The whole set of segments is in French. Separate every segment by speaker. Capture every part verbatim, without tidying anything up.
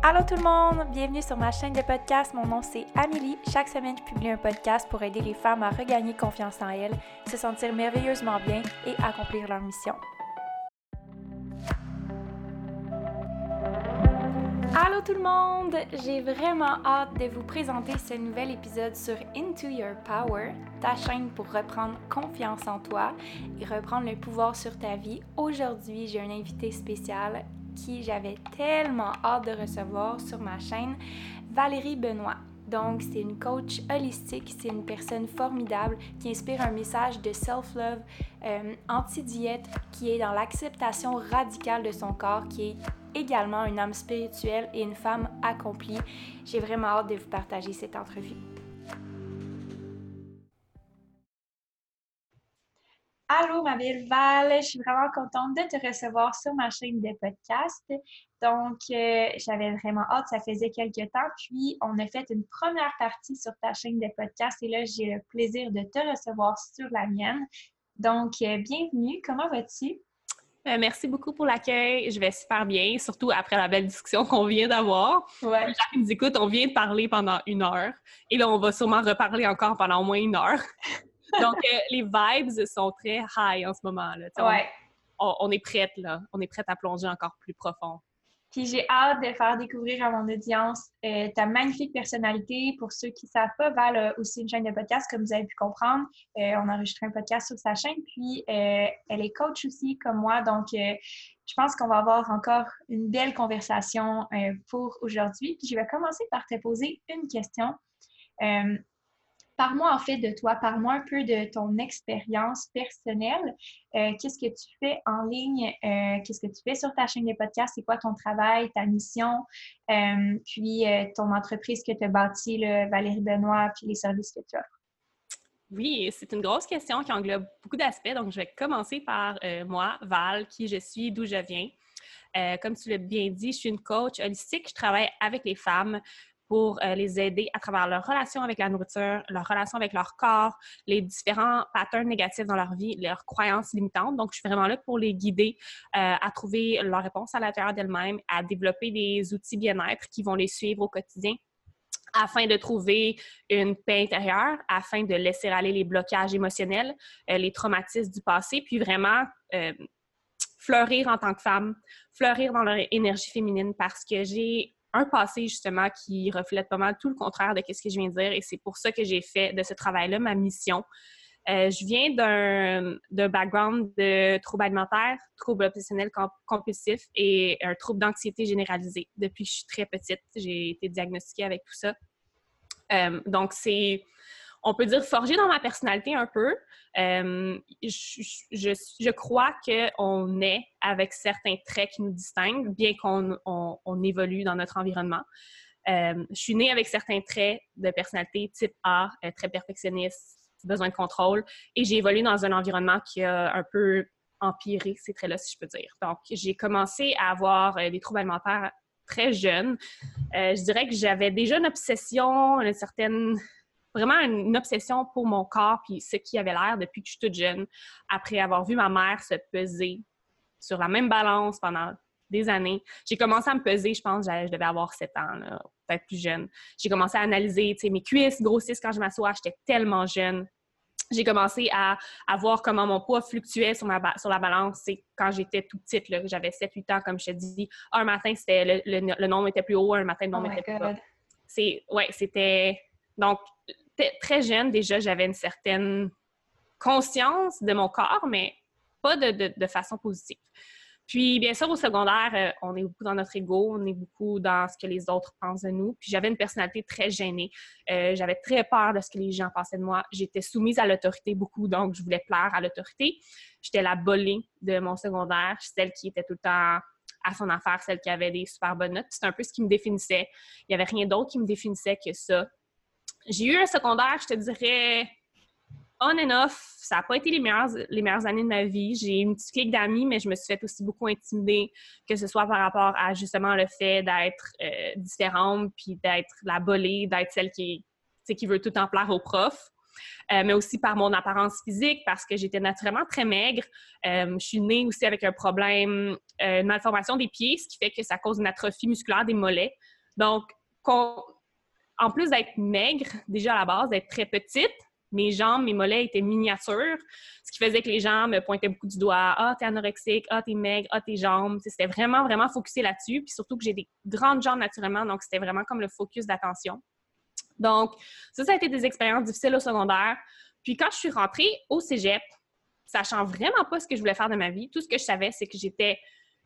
Speaker 1: Allô tout le monde! Bienvenue sur ma chaîne de podcast. Mon nom c'est Amélie. Chaque semaine, je publie un podcast pour aider les femmes à regagner confiance en elles, se sentir merveilleusement bien et accomplir leur mission. Allô tout le monde! J'ai vraiment hâte de vous présenter ce nouvel épisode sur Into Your Power, ta chaîne pour reprendre confiance en toi et reprendre le pouvoir sur ta vie. Aujourd'hui, j'ai un invité spécial qui j'avais tellement hâte de recevoir sur ma chaîne, Valérie Benoît. Donc, c'est une coach holistique, c'est une personne formidable qui inspire un message de self-love, euh, anti-diète, qui est dans l'acceptation radicale de son corps, qui est également une âme spirituelle et une femme accomplie. J'ai vraiment hâte de vous partager cette entrevue. Allô, ma belle Val, je suis vraiment contente de te recevoir sur ma chaîne de podcast. Donc, euh, j'avais vraiment hâte, ça faisait quelques temps, puis on a fait une première partie sur ta chaîne de podcast et là, j'ai le plaisir de te recevoir sur la mienne. Donc, euh, bienvenue, comment vas-tu?
Speaker 2: Euh, merci beaucoup pour l'accueil. Je vais super bien, surtout après la belle discussion qu'on vient d'avoir.
Speaker 1: Ouais.
Speaker 2: Les gens qui nous écoutent, on vient de parler pendant une heure et là, on va sûrement reparler encore pendant au moins une heure. Donc, euh, les vibes sont très high en ce moment. Là.
Speaker 1: Ouais.
Speaker 2: On, on, on est prête, là. On est prête à plonger encore plus profond.
Speaker 1: Puis j'ai hâte de faire découvrir à mon audience euh, ta magnifique personnalité. Pour ceux qui ne savent pas, Val a aussi une chaîne de podcast, comme vous avez pu comprendre. Euh, on a enregistré un podcast sur sa chaîne. Puis euh, elle est coach aussi, comme moi. Donc, euh, je pense qu'on va avoir encore une belle conversation euh, pour aujourd'hui. Puis je vais commencer par te poser une question. Euh, Parle-moi en fait de toi, parle-moi un peu de ton expérience personnelle. Euh, qu'est-ce que tu fais en ligne? Euh, qu'est-ce que tu fais sur ta chaîne de podcast? C'est quoi ton travail, ta mission? Euh, puis euh, ton entreprise que tu as bâtie, là, Valérie Benoît, puis les services que tu offres.
Speaker 2: Oui, c'est une grosse question qui englobe beaucoup d'aspects. Donc, je vais commencer par euh, moi, Val, qui je suis, d'où je viens. Euh, comme tu l'as bien dit, je suis une coach holistique. Je travaille avec les femmes pour euh, les aider à travers leur relation avec la nourriture, leur relation avec leur corps, les différents patterns négatifs dans leur vie, leurs croyances limitantes. Donc, je suis vraiment là pour les guider euh, à trouver leur réponse à l'intérieur d'elles-mêmes, à développer des outils bien-être qui vont les suivre au quotidien afin de trouver une paix intérieure, afin de laisser aller les blocages émotionnels, euh, les traumatismes du passé, puis vraiment euh, fleurir en tant que femme, fleurir dans leur énergie féminine parce que j'ai un passé, justement, qui reflète pas mal tout le contraire de ce que je viens de dire et c'est pour ça que j'ai fait de ce travail-là ma mission. Euh, je viens d'un, d'un background de troubles alimentaires, troubles obsessionnels compulsifs et un trouble d'anxiété généralisée. Depuis que je suis très petite, j'ai été diagnostiquée avec tout ça. Euh, donc, c'est... on peut dire forgé dans ma personnalité un peu. Euh, je, je, je crois qu'on est avec certains traits qui nous distinguent, bien qu'on on, on évolue dans notre environnement. Euh, je suis née avec certains traits de personnalité type A, euh, très perfectionniste, besoin de contrôle, et j'ai évolué dans un environnement qui a un peu empiré ces traits-là, si je peux dire. Donc, j'ai commencé à avoir euh, des troubles alimentaires très jeune. Euh, je dirais que j'avais déjà une obsession, une certaine... vraiment une obsession pour mon corps puis ce qui avait l'air depuis que je suis toute jeune, après avoir vu ma mère se peser sur la même balance pendant des années. J'ai commencé à me peser, je pense, je devais avoir sept ans, là, peut-être plus jeune. J'ai commencé à analyser, tu sais, mes cuisses grossissent quand je m'assois, j'étais tellement jeune. J'ai commencé à, à voir comment mon poids fluctuait sur, ma, sur la balance. C'est quand j'étais tout petite, là, j'avais sept huit ans, comme je te dis. Un matin, c'était le, le, le nombre était plus haut, un matin, le nombre
Speaker 1: Oh
Speaker 2: était plus
Speaker 1: my
Speaker 2: bas.
Speaker 1: God.
Speaker 2: C'est, ouais, c'était... Donc, très jeune, déjà, j'avais une certaine conscience de mon corps, mais pas de, de, de façon positive. Puis, bien sûr, au secondaire, euh, on est beaucoup dans notre ego, on est beaucoup dans ce que les autres pensent de nous. Puis, j'avais une personnalité très gênée. Euh, j'avais très peur de ce que les gens pensaient de moi. J'étais soumise à l'autorité beaucoup, donc je voulais plaire à l'autorité. J'étais la bolée de mon secondaire, celle qui était tout le temps à son affaire, celle qui avait des super bonnes notes. Puis, c'est un peu ce qui me définissait. Il n'y avait rien d'autre qui me définissait que ça. J'ai eu un secondaire, je te dirais, on and off. Ça n'a pas été les meilleures, les meilleures années de ma vie. J'ai une petite clique d'amis, mais je me suis fait aussi beaucoup intimider, que ce soit par rapport à justement le fait d'être euh, différente, puis d'être la bolée, d'être celle qui, qui veut tout en plaire aux profs. Euh, mais aussi par mon apparence physique, parce que j'étais naturellement très maigre. Euh, je suis née aussi avec un problème, euh, une malformation des pieds, ce qui fait que ça cause une atrophie musculaire des mollets. Donc, en plus d'être maigre, déjà à la base, d'être très petite, mes jambes, mes mollets étaient miniatures, ce qui faisait que les gens me pointaient beaucoup du doigt. « Ah, t'es anorexique, ah, t'es maigre, ah, tes jambes. » C'était vraiment, vraiment focusé là-dessus. Puis surtout que j'ai des grandes jambes naturellement, donc c'était vraiment comme le focus d'attention. Donc, ça, ça a été des expériences difficiles au secondaire. Puis quand je suis rentrée au cégep, sachant vraiment pas ce que je voulais faire de ma vie, tout ce que je savais, c'est que j'étais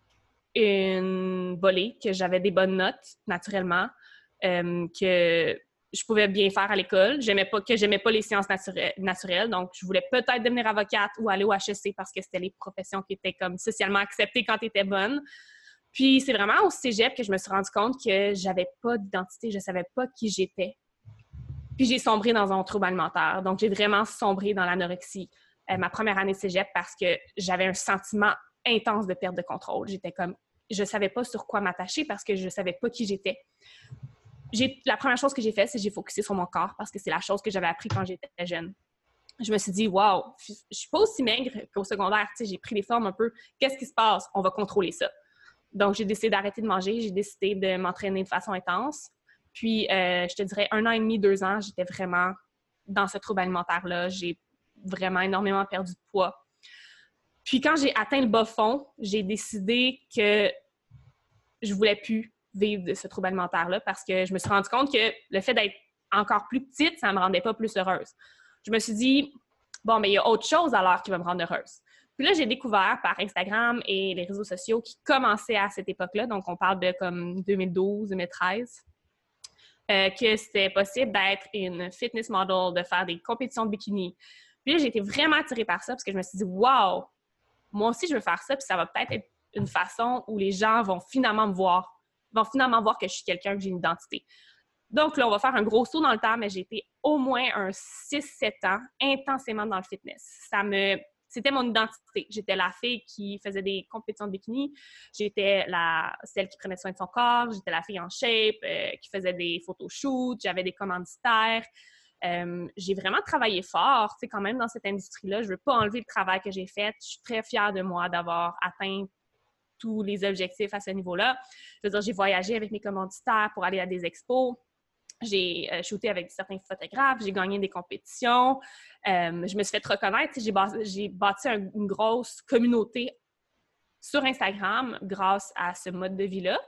Speaker 2: une volée, que j'avais des bonnes notes naturellement, euh, que je pouvais bien faire à l'école, j'aimais pas, que j'aimais pas les sciences naturelles, naturelles, donc je voulais peut-être devenir avocate ou aller au H E C parce que c'était les professions qui étaient comme socialement acceptées quand tu étais bonne. Puis c'est vraiment au cégep que je me suis rendu compte que j'avais pas d'identité, je savais pas qui j'étais. Puis j'ai sombré dans un trouble alimentaire, donc j'ai vraiment sombré dans l'anorexie euh, ma première année de cégep parce que j'avais un sentiment intense de perte de contrôle. J'étais comme, je savais pas sur quoi m'attacher parce que je savais pas qui j'étais. J'ai, la première chose que j'ai faite, c'est que j'ai focusé sur mon corps parce que c'est la chose que j'avais appris quand j'étais jeune. Je me suis dit, wow, je suis pas aussi maigre qu'au secondaire. Tu sais, j'ai pris des formes un peu. Qu'est-ce qui se passe? On va contrôler ça. Donc, j'ai décidé d'arrêter de manger. J'ai décidé de m'entraîner de façon intense. Puis, euh, je te dirais, un an et demi, deux ans, j'étais vraiment dans ce trouble alimentaire-là. J'ai vraiment énormément perdu de poids. Puis, quand j'ai atteint le bas fond, j'ai décidé que je voulais plus vivre de ce trouble alimentaire-là parce que je me suis rendu compte que le fait d'être encore plus petite, ça ne me rendait pas plus heureuse. Je me suis dit, bon, mais il y a autre chose alors qui va me rendre heureuse. Puis là, j'ai découvert par Instagram et les réseaux sociaux qui commençaient à cette époque-là, donc on parle de comme deux mille douze, deux mille treize, euh, que c'était possible d'être une fitness model, de faire des compétitions de bikini. Puis là, j'ai été vraiment attirée par ça parce que je me suis dit, wow, moi aussi, je veux faire ça, puis ça va peut-être être une façon où les gens vont finalement me voir vont finalement voir que je suis quelqu'un, que j'ai une identité. Donc là, on va faire un gros saut dans le temps, mais j'ai été au moins un six sept ans intensément dans le fitness. Ça me... C'était mon identité. J'étais la fille qui faisait des compétitions de bikini. J'étais la... celle qui prenait soin de son corps. J'étais la fille en shape, euh, qui faisait des photoshoots. J'avais des commanditaires. Euh, j'ai vraiment travaillé fort, tu sais, quand même, dans cette industrie-là. Je ne veux pas enlever le travail que j'ai fait. Je suis très fière de moi d'avoir atteint tous les objectifs à ce niveau-là. Je veux dire, j'ai voyagé avec mes commanditaires pour aller à des expos. J'ai euh, shooté avec certains photographes. J'ai gagné des compétitions. Euh, je me suis fait reconnaître. J'ai bâti, j'ai bâti un, une grosse communauté sur Instagram grâce à ce mode de vie-là.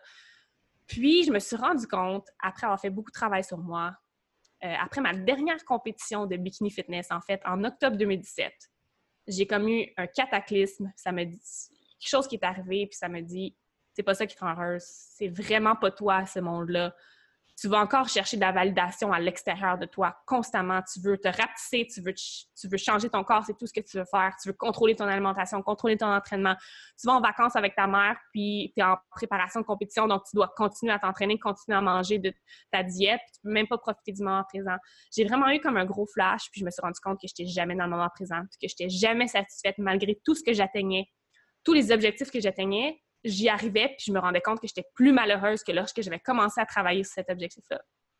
Speaker 2: Puis, je me suis rendu compte, après avoir fait beaucoup de travail sur moi, euh, après ma dernière compétition de bikini fitness, en fait, en octobre deux mille dix-sept, j'ai comme eu un cataclysme. Ça me dit... quelque chose qui est arrivé, puis ça me dit, c'est pas ça qui te rend heureuse. C'est vraiment pas toi, ce monde-là. Tu vas encore chercher de la validation à l'extérieur de toi constamment. Tu veux te rapetisser, tu veux, tu veux changer ton corps, c'est tout ce que tu veux faire. Tu veux contrôler ton alimentation, contrôler ton entraînement. Tu vas en vacances avec ta mère, puis tu es en préparation de compétition, donc tu dois continuer à t'entraîner, continuer à manger de ta diète, puis tu peux même pas profiter du moment présent. J'ai vraiment eu comme un gros flash, puis je me suis rendu compte que je n'étais jamais dans le moment présent, puis que je n'étais jamais satisfaite malgré tout ce que j'atteignais. Tous les objectifs que j'atteignais, j'y arrivais, puis je me rendais compte que j'étais plus malheureuse que lorsque j'avais commencé à travailler sur cet objectif-là.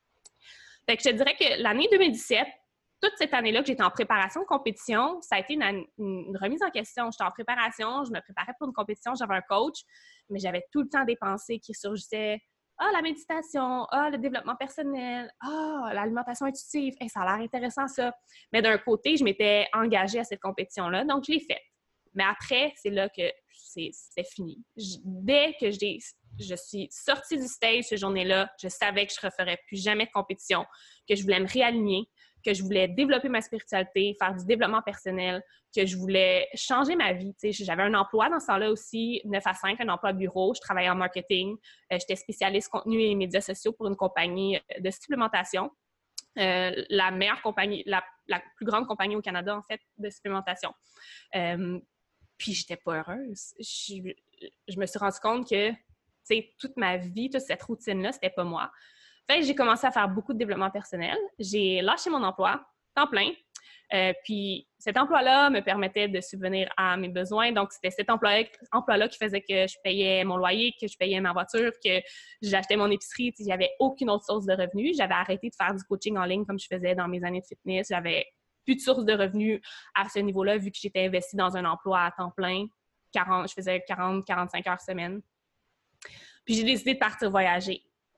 Speaker 2: Fait que je te dirais que l'année deux mille dix-sept, toute cette année-là que j'étais en préparation de compétition, ça a été une, une remise en question. J'étais en préparation, je me préparais pour une compétition, j'avais un coach, mais j'avais tout le temps des pensées qui surgissaient. Ah, la méditation, ah, le développement personnel, ah, l'alimentation intuitive, hey, ça a l'air intéressant ça. Mais d'un côté, je m'étais engagée à cette compétition-là, donc je l'ai faite. Mais après, c'est là que c'est, c'était fini. Je, dès que j'ai, je suis sortie du stage cette journée-là, je savais que je ne referais plus jamais de compétition, que je voulais me réaligner, que je voulais développer ma spiritualité, faire du développement personnel, que je voulais changer ma vie. Tu sais, j'avais un emploi dans ce temps-là aussi, neuf à cinq, un emploi bureau. Je travaillais en marketing. Euh, j'étais spécialiste contenu et médias sociaux pour une compagnie de supplémentation. Euh, la meilleure compagnie, la, la plus grande compagnie au Canada, en fait, de supplémentation. Euh, Puis, j'étais pas heureuse. Je, je me suis rendu compte que, tu sais, toute ma vie, toute cette routine-là, c'était pas moi. Fait que j'ai commencé à faire beaucoup de développement personnel. J'ai lâché mon emploi, temps plein. Euh, puis, cet emploi-là me permettait de subvenir à mes besoins. Donc, c'était cet emploi-là, emploi-là qui faisait que je payais mon loyer, que je payais ma voiture, que j'achetais mon épicerie. Il n'y avait aucune autre source de revenus. J'avais arrêté de faire du coaching en ligne comme je faisais dans mes années de fitness. J'avais plus de source de revenus à ce niveau-là, vu que j'étais investie dans un emploi à temps plein. quarante, je faisais quarante à quarante-cinq heures semaine. Puis j'ai décidé de partir voyager.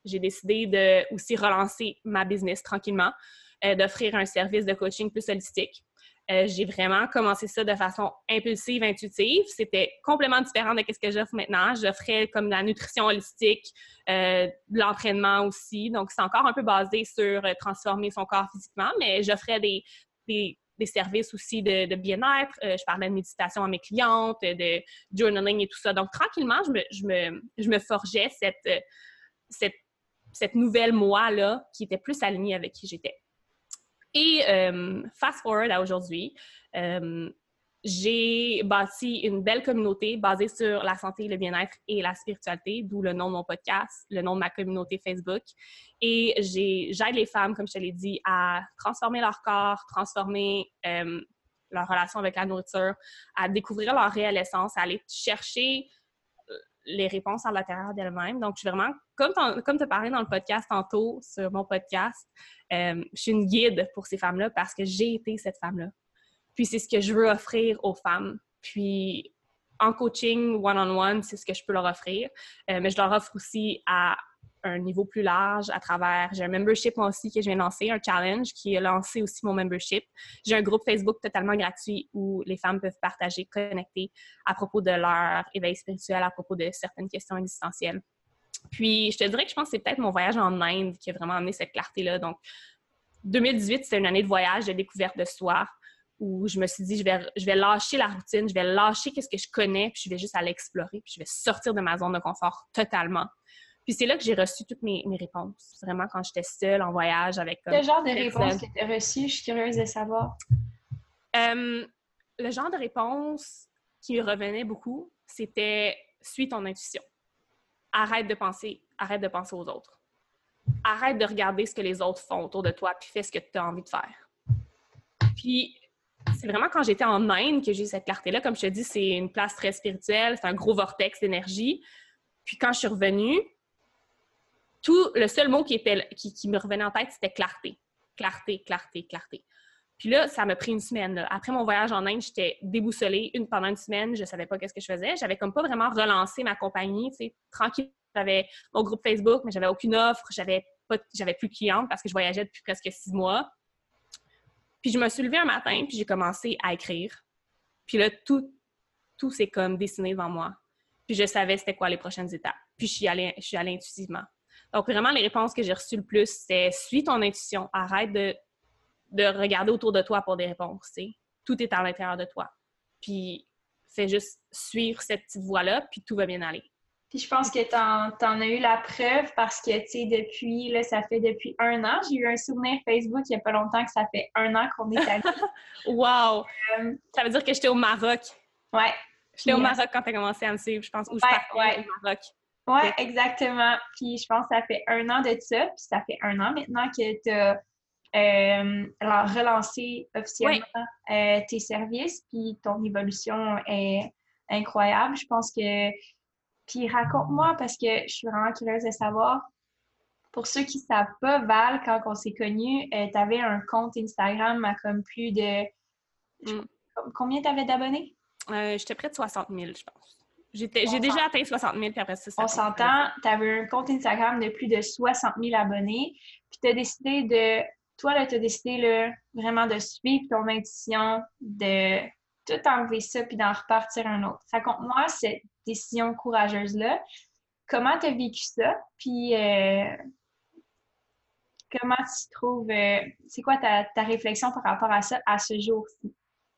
Speaker 2: j'ai décidé de aussi relancer ma business tranquillement, euh, d'offrir un service de coaching plus holistique. Euh, j'ai vraiment commencé ça de façon impulsive, intuitive. C'était complètement différent de ce que j'offre maintenant. J'offrais comme de la nutrition holistique, euh, de l'entraînement aussi. Donc, c'est encore un peu basé sur euh, transformer son corps physiquement, mais j'offrais des, des, des services aussi de, de bien-être. Euh, je parlais de méditation à mes clientes, de journaling et tout ça. Donc, tranquillement, je me, je me, je me forgeais cette, cette, cette nouvelle moi-là qui était plus alignée avec qui j'étais. Et euh, fast forward à aujourd'hui, euh, j'ai bâti une belle communauté basée sur la santé, le bien-être et la spiritualité, d'où le nom de mon podcast, le nom de ma communauté Facebook. Et j'ai, j'aide les femmes, comme je te l'ai dit, à transformer leur corps, transformer euh, leur relation avec la nourriture, à découvrir leur réelle essence, à aller chercher les réponses à l'intérieur d'elles-mêmes. Donc, je suis vraiment, comme tu as parlé dans le podcast tantôt, sur mon podcast, euh, je suis une guide pour ces femmes-là parce que j'ai été cette femme-là. Puis, c'est ce que je veux offrir aux femmes. Puis, en coaching one-on-one, c'est ce que je peux leur offrir. Euh, mais je leur offre aussi à un niveau plus large à travers... J'ai un membership, moi aussi, que je viens de lancer, un challenge qui a lancé aussi mon membership. J'ai un groupe Facebook totalement gratuit où les femmes peuvent partager, connecter à propos de leur éveil spirituel, à propos de certaines questions existentielles. Puis, je te dirais que je pense que c'est peut-être mon voyage en Inde qui a vraiment amené cette clarté-là. Donc, deux mille dix-huit, c'était une année de voyage, de découverte de soi, où je me suis dit, je vais, je vais lâcher la routine, je vais lâcher ce que je connais, puis je vais juste aller explorer, puis je vais sortir de ma zone de confort totalement. Puis c'est là que j'ai reçu toutes mes, mes réponses. Vraiment, quand j'étais seule en voyage avec... Comme,
Speaker 1: Quel genre de réponses que tu as reçues? Je suis curieuse de savoir.
Speaker 2: Euh, le genre de réponse qui revenait beaucoup, c'était « suis ton intuition. Arrête de penser, arrête de penser aux autres. Arrête de regarder ce que les autres font autour de toi, puis fais ce que tu as envie de faire. » Puis c'est vraiment quand j'étais en Inde que j'ai eu cette clarté-là. Comme je te dis, c'est une place très spirituelle, c'est un gros vortex d'énergie. Puis quand je suis revenue, tout, le seul mot qui, était, qui, qui me revenait en tête, c'était clarté. Clarté, clarté, clarté. Puis là, ça m'a pris une semaine. Là. Après mon voyage en Inde, j'étais déboussolée une, pendant une semaine. Je ne savais pas qu'est-ce que je faisais. J'avais comme pas vraiment relancé ma compagnie. Tu sais, tranquille, j'avais mon groupe Facebook, mais j'avais aucune offre. J'avais, pas, j'avais plus de clientes parce que je voyageais depuis presque six mois. Puis je me suis levée un matin, puis j'ai commencé à écrire. Puis là, tout, tout s'est comme dessiné devant moi. Puis je savais c'était quoi les prochaines étapes. Puis je suis allée, je suis allée intuitivement. Donc, vraiment, les réponses que j'ai reçues le plus, c'est « suis ton intuition. Arrête de, de regarder autour de toi pour des réponses. » Tout est à l'intérieur de toi. Puis, fais juste suivre cette petite voie-là, puis tout va bien aller.
Speaker 1: Puis, je pense que t'en, t'en as eu la preuve parce que, tu sais, depuis, là, ça fait depuis un an. J'ai eu un souvenir Facebook il n'y a pas longtemps que ça fait un an qu'on est allés.
Speaker 2: Wow!
Speaker 1: Euh,
Speaker 2: ça veut dire que j'étais au Maroc.
Speaker 1: Ouais.
Speaker 2: J'étais puis, au Maroc quand tu as commencé à me suivre, je pense, où
Speaker 1: ouais,
Speaker 2: je partais
Speaker 1: ouais.
Speaker 2: au Maroc.
Speaker 1: Oui, exactement. Puis je pense que ça fait un an de ça, puis ça fait un an maintenant que tu as euh, relancé officiellement oui. euh, tes services, puis ton évolution est incroyable. Je pense que... Puis raconte-moi, parce que je suis vraiment curieuse de savoir, pour ceux qui ne savent pas, Val, quand on s'est connus, euh, tu avais un compte Instagram à comme plus de... Mm. Combien tu avais d'abonnés?
Speaker 2: Euh, j'étais près de soixante mille, je pense. J'étais, j'ai déjà atteint soixante mille, puis après ça, ça
Speaker 1: on s'entend, tu avais un compte Instagram de plus de soixante mille abonnés, puis tu as décidé de, toi, là, tu as décidé là, vraiment de suivre ton intuition, de tout enlever ça, puis d'en repartir un autre. Raconte-moi cette décision courageuse-là. Comment tu as vécu ça? Puis, euh, comment tu trouves, euh, c'est quoi ta, ta réflexion par rapport à ça à ce jour-ci?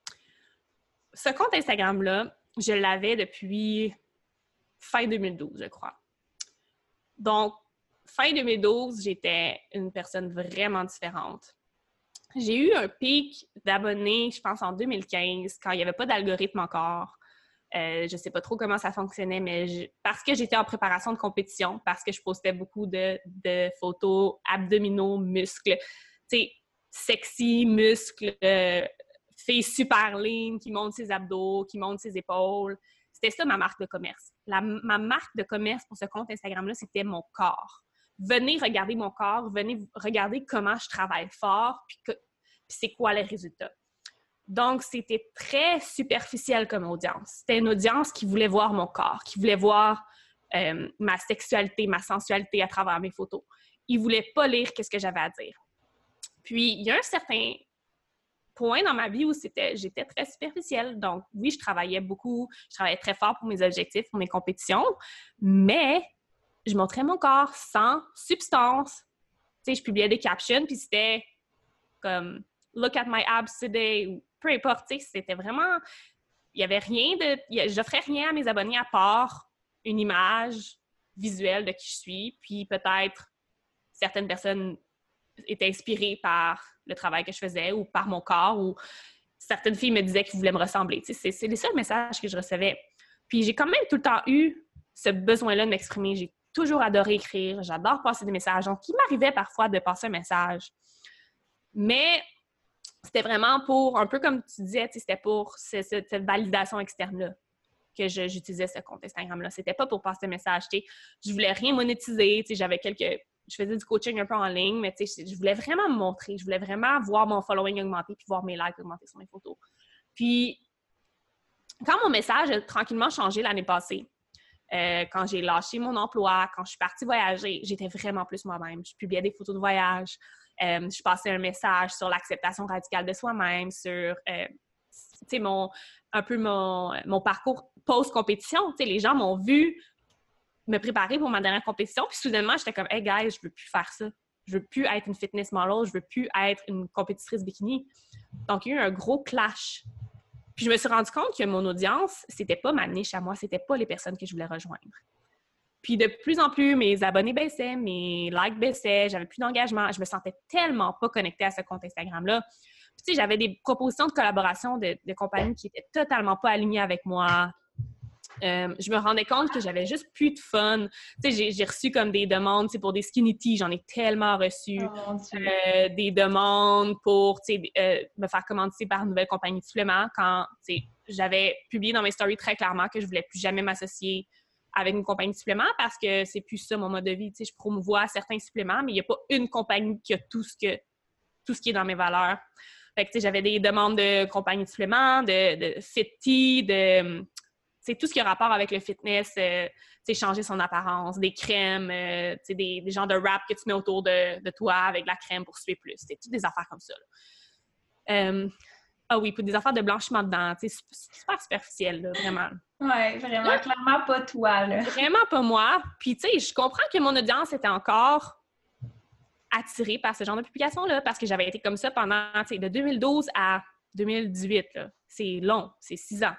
Speaker 2: Ce compte Instagram-là, je l'avais depuis fin deux mille douze, je crois. Donc, fin deux mille douze, j'étais une personne vraiment différente. J'ai eu un pic d'abonnés, je pense, en deux mille quinze, quand il n'y avait pas d'algorithme encore. Euh, je ne sais pas trop comment ça fonctionnait, mais je... parce que j'étais en préparation de compétition, parce que je postais beaucoup de, de photos abdominaux, muscles, tu sais, sexy, muscles, euh, fille super lean, qui monte ses abdos, qui monte ses épaules. C'était ça ma marque de commerce. La, ma marque de commerce pour ce compte Instagram-là, c'était mon corps. Venez regarder mon corps, venez regarder comment je travaille fort, puis, que, puis c'est quoi les résultats. Donc, c'était très superficiel comme audience. C'était une audience qui voulait voir mon corps, qui voulait voir euh, ma sexualité, ma sensualité à travers mes photos. Ils ne voulaient pas lire ce que j'avais à dire. Puis, il y a un certain point dans ma vie où c'était, j'étais très superficielle. Donc, oui, je travaillais beaucoup, je travaillais très fort pour mes objectifs, pour mes compétitions, mais je montrais mon corps sans substance. Tu sais, je publiais des captions, puis c'était comme « Look at my abs today » ou peu importe, tu sais, c'était vraiment... Il n'y avait rien de... J'offrais rien à mes abonnés à part une image visuelle de qui je suis, puis peut-être certaines personnes étaient inspirées par le travail que je faisais ou par mon corps, ou certaines filles me disaient qu'elles voulaient me ressembler. Tu sais, c'est, c'est les seuls messages que je recevais. Puis j'ai quand même tout le temps eu ce besoin-là de m'exprimer. J'ai toujours adoré écrire, j'adore passer des messages. Donc, il m'arrivait parfois de passer un message. Mais c'était vraiment pour, un peu comme tu disais, c'était pour ce, ce, cette validation externe-là que je, j'utilisais ce compte Instagram-là. C'était pas pour passer un message. Tu sais, je voulais rien monétiser. Tu sais, j'avais quelques... Je faisais du coaching un peu en ligne, mais tu sais, je voulais vraiment me montrer. Je voulais vraiment voir mon following augmenter puis voir mes likes augmenter sur mes photos. Puis, quand mon message a tranquillement changé l'année passée, euh, quand j'ai lâché mon emploi, quand je suis partie voyager, j'étais vraiment plus moi-même. Je publiais des photos de voyage. Euh, je passais un message sur l'acceptation radicale de soi-même, sur euh, tu sais, mon, un peu mon, mon parcours post-compétition. Tu sais, les gens m'ont vu me préparer pour ma dernière compétition, puis soudainement, j'étais comme « Hey guys, je veux plus faire ça. Je veux plus être une fitness model, je veux plus être une compétitrice bikini. » Donc, il y a eu un gros clash. Puis je me suis rendu compte que mon audience, c'était pas ma niche à moi, c'était pas les personnes que je voulais rejoindre. Puis de plus en plus, mes abonnés baissaient, mes likes baissaient, j'avais plus d'engagement. Je me sentais tellement pas connectée à ce compte Instagram-là. Puis tu sais, j'avais des propositions de collaboration de, de compagnies qui étaient totalement pas alignées avec moi. Euh, je me rendais compte que j'avais juste plus de fun. Tu sais, j'ai, j'ai reçu comme des demandes, tu sais, pour des skinny teas, j'en ai tellement reçu.
Speaker 1: Oh,
Speaker 2: euh, des demandes pour, tu sais, euh, me faire commander par une nouvelle compagnie de suppléments quand, tu sais, j'avais publié dans mes stories très clairement que je voulais plus jamais m'associer avec une compagnie de suppléments parce que c'est plus ça mon mode de vie. Tu sais, je promouvois certains suppléments, mais il n'y a pas une compagnie qui a tout ce que, tout ce qui est dans mes valeurs. Fait que, tu sais, j'avais des demandes de compagnies de suppléments, de, de fit tea, de... C'est tout ce qui a rapport avec le fitness, euh, changer son apparence, des crèmes, euh, des, des genres de wrap que tu mets autour de, de toi avec de la crème pour suer plus. C'est toutes des affaires comme ça. Euh, ah oui, puis des affaires de blanchiment de dents, c'est super superficiel, là, vraiment.
Speaker 1: Oui, vraiment, là, clairement pas toi, là.
Speaker 2: Vraiment pas moi. Puis, tu sais, je comprends que mon audience était encore attirée par ce genre de publication-là parce que j'avais été comme ça pendant, tu sais, de deux mille douze à deux mille dix-huit, là. C'est long, c'est six ans.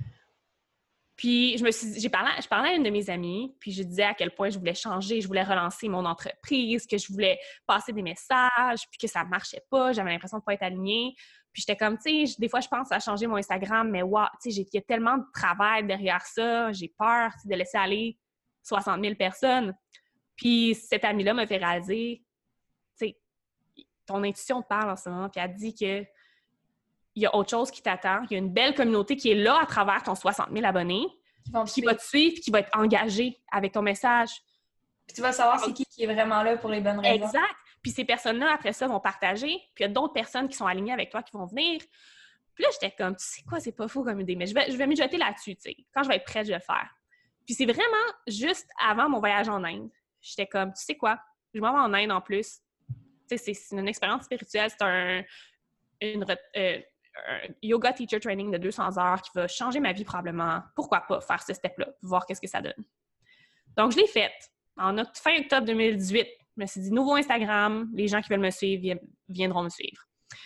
Speaker 2: Puis, je me suis, j'ai parlé, je parlais à une de mes amies, puis je disais à quel point je voulais changer, je voulais relancer mon entreprise, que je voulais passer des messages, puis que ça ne marchait pas, j'avais l'impression de ne pas être alignée. Puis j'étais comme, tu sais, des fois, je pense à changer mon Instagram, mais wow, tu sais, il y a tellement de travail derrière ça, j'ai peur de laisser aller soixante mille personnes. Puis cette amie-là m'a fait réaliser, tu sais, ton intuition te parle en ce moment, puis elle dit que il y a autre chose qui t'attend. Il y a une belle communauté qui est là à travers ton soixante mille abonnés, qui, vont qui va te suivre, qui va être engagée avec ton message.
Speaker 1: Puis tu vas savoir c'est qui qui est vraiment là pour les bonnes raisons.
Speaker 2: Exact. Puis ces personnes-là, après ça, vont partager. Puis il y a d'autres personnes qui sont alignées avec toi qui vont venir. Puis là, j'étais comme, tu sais quoi, c'est pas fou comme idée, mais je vais, je vais me jeter là-dessus, tu sais. Quand je vais être prête, je vais le faire. Puis c'est vraiment juste avant mon voyage en Inde. J'étais comme, tu sais quoi, je m'en vais en Inde en plus. Tu sais, c'est, c'est une expérience spirituelle. C'est un... une... Euh, un yoga teacher training de deux cents heures qui va changer ma vie probablement. Pourquoi pas faire ce step-là, voir qu'est-ce que ça donne. Donc, je l'ai faite. En fin octobre deux mille dix-huit, je me suis dit, nouveau Instagram, les gens qui veulent me suivre viendront me suivre.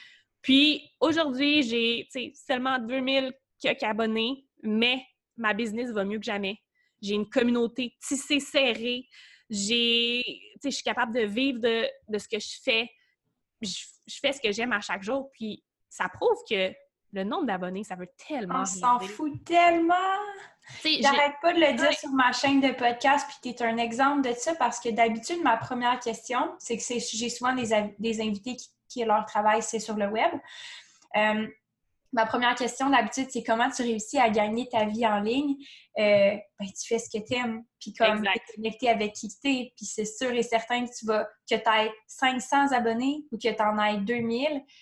Speaker 2: Puis, aujourd'hui, j'ai seulement deux mille quelques abonnés, mais ma business va mieux que jamais. J'ai une communauté tissée, serrée. J'ai, je suis capable de vivre de, de ce que je fais. Je, je fais ce que j'aime à chaque jour, puis ça prouve que le nombre d'abonnés, ça veut tellement...
Speaker 1: On s'en fout tellement! J'arrête pas de le dire ouais. sur ma chaîne de podcast, puis tu es un exemple de ça, parce que d'habitude, ma première question, c'est que c'est, j'ai souvent des, des invités qui, qui, leur travail, c'est sur le web. Euh, ma première question, d'habitude, c'est comment tu réussis à gagner ta vie en ligne? Euh, ben, tu fais ce que tu aimes, puis comme tu es connecté avec qui tu es, puis c'est sûr et certain que tu vas, que tu aies cinq cents abonnés ou que tu en aies deux mille,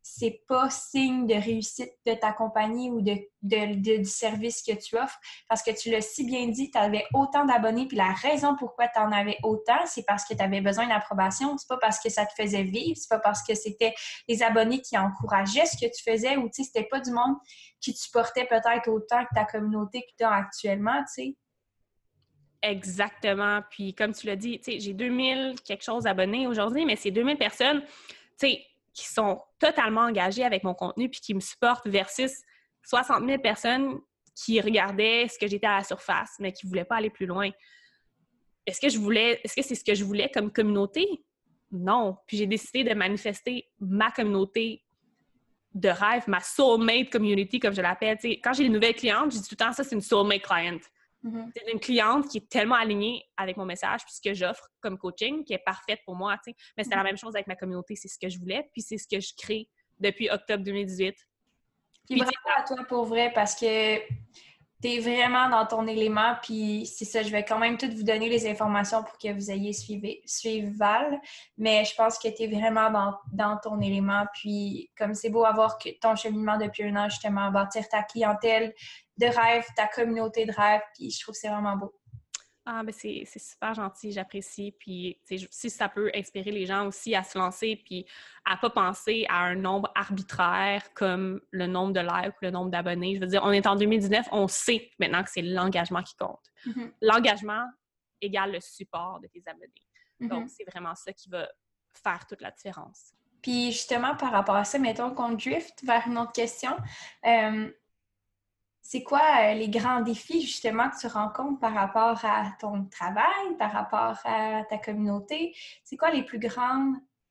Speaker 1: c'est pas signe de réussite de ta compagnie ou de, de, de- du service que tu offres. Parce que tu l'as si bien dit, tu avais autant d'abonnés, puis la raison pourquoi tu en avais autant, c'est parce que tu avais besoin d'approbation. C'est pas parce que ça te faisait vivre, c'est pas parce que c'était les abonnés qui encourageaient ce que tu faisais, ou tu sais, c'était pas du monde qui te supportait peut-être autant que ta communauté que tu as actuellement, tu sais.
Speaker 2: Exactement. Puis comme tu l'as dit, tu sais, j'ai deux mille quelque chose d'abonnés aujourd'hui, mais c'est deux mille personnes, tu sais, qui sont totalement engagées avec mon contenu puis qui me supportent versus soixante mille personnes qui regardaient ce que j'étais à la surface, mais qui ne voulaient pas aller plus loin. Est-ce que je voulais, est-ce que c'est ce que je voulais comme communauté? Non. Puis j'ai décidé de manifester ma communauté de rêve, ma soulmate community, comme je l'appelle. Tu sais, quand j'ai des nouvelles clientes, je dis tout le temps, ça, c'est une soulmate client.
Speaker 1: Mm-hmm.
Speaker 2: C'est une cliente qui est tellement alignée avec mon message puis ce que j'offre comme coaching, qui est parfaite pour moi, tu sais. Mais c'est la même chose avec ma communauté, c'est ce que je voulais, puis c'est ce que je crée depuis octobre deux mille dix-huit.
Speaker 1: Puis bravo à toi pour vrai, parce que t'es vraiment dans ton élément, puis c'est ça, je vais quand même toutes vous donner les informations pour que vous ayez suivi, suivi Val, mais je pense que t'es vraiment dans, dans ton élément, puis comme c'est beau avoir que ton cheminement depuis un an, justement, bâtir ta clientèle de rêve, ta communauté de rêve, puis je trouve que c'est vraiment beau.
Speaker 2: Ah, ben c'est, c'est super gentil, j'apprécie. Puis, tu sais, si ça peut inspirer les gens aussi à se lancer, puis à pas penser à un nombre arbitraire comme le nombre de likes ou le nombre d'abonnés. Je veux dire, on est en deux mille dix-neuf, on sait maintenant que c'est l'engagement qui compte.
Speaker 1: Mm-hmm.
Speaker 2: L'engagement égale le support de tes abonnés.
Speaker 1: Mm-hmm.
Speaker 2: Donc, c'est vraiment ça qui va faire toute la différence.
Speaker 1: Puis justement, par rapport à ça, mettons qu'on drift vers une autre question. Euh, C'est quoi euh, les grands défis justement que tu rencontres par rapport à ton travail, par rapport à ta communauté? C'est quoi les plus grandes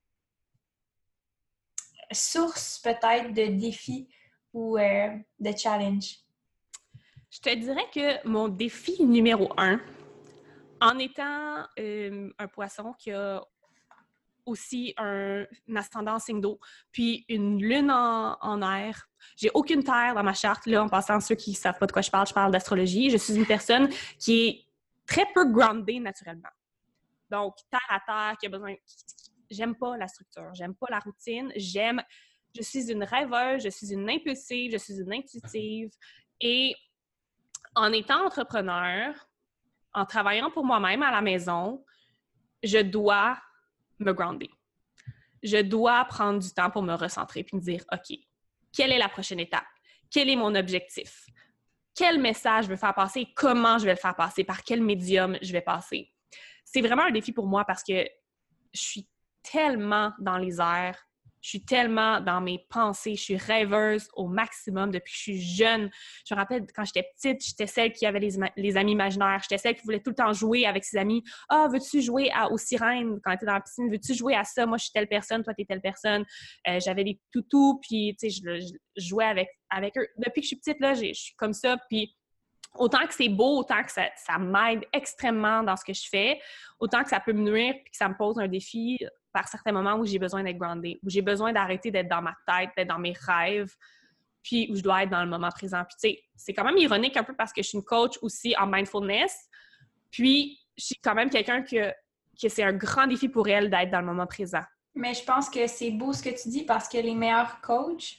Speaker 1: sources peut-être de défis ou euh, de challenges?
Speaker 2: Je te dirais que mon défi numéro un, en étant euh, un poisson qui a aussi un, un ascendant signe d'eau, puis une lune en, en air. J'ai aucune terre dans ma charte. Là, en passant, ceux qui ne savent pas de quoi je parle, je parle d'astrologie. Je suis une personne qui est très peu groundée naturellement. Donc, terre à terre, qui a besoin... J'aime pas la structure, j'aime pas la routine, j'aime... Je suis une rêveuse, je suis une impulsive, je suis une intuitive. Et en étant entrepreneur, en travaillant pour moi-même à la maison, je dois me grounder. Je dois prendre du temps pour me recentrer puis me dire, OK, quelle est la prochaine étape? Quel est mon objectif? Quel message je veux faire passer? Comment je vais le faire passer? Par quel médium je vais passer? C'est vraiment un défi pour moi parce que je suis tellement dans les airs. Je suis tellement dans mes pensées. Je suis rêveuse au maximum depuis que je suis jeune. Je me rappelle, quand j'étais petite, j'étais celle qui avait les, les amis imaginaires. J'étais celle qui voulait tout le temps jouer avec ses amis. « Ah, veux-tu jouer à, aux sirènes quand tu étais dans la piscine? Veux-tu jouer à ça? Moi, je suis telle personne, toi, tu es telle personne. Euh, » J'avais des toutous, puis tu sais, je, je, je jouais avec, avec eux. Depuis que je suis petite, là, je suis comme ça, puis autant que c'est beau, autant que ça, ça m'aide extrêmement dans ce que je fais, autant que ça peut me nuire puis que ça me pose un défi par certains moments où j'ai besoin d'être groundée, où j'ai besoin d'arrêter d'être dans ma tête, d'être dans mes rêves, puis où je dois être dans le moment présent. Puis tu sais, c'est quand même ironique un peu parce que je suis une coach aussi en mindfulness, puis je suis quand même quelqu'un que, que c'est un grand défi pour elle d'être dans le moment présent.
Speaker 1: Mais je pense que c'est beau ce que tu dis parce que les meilleurs coachs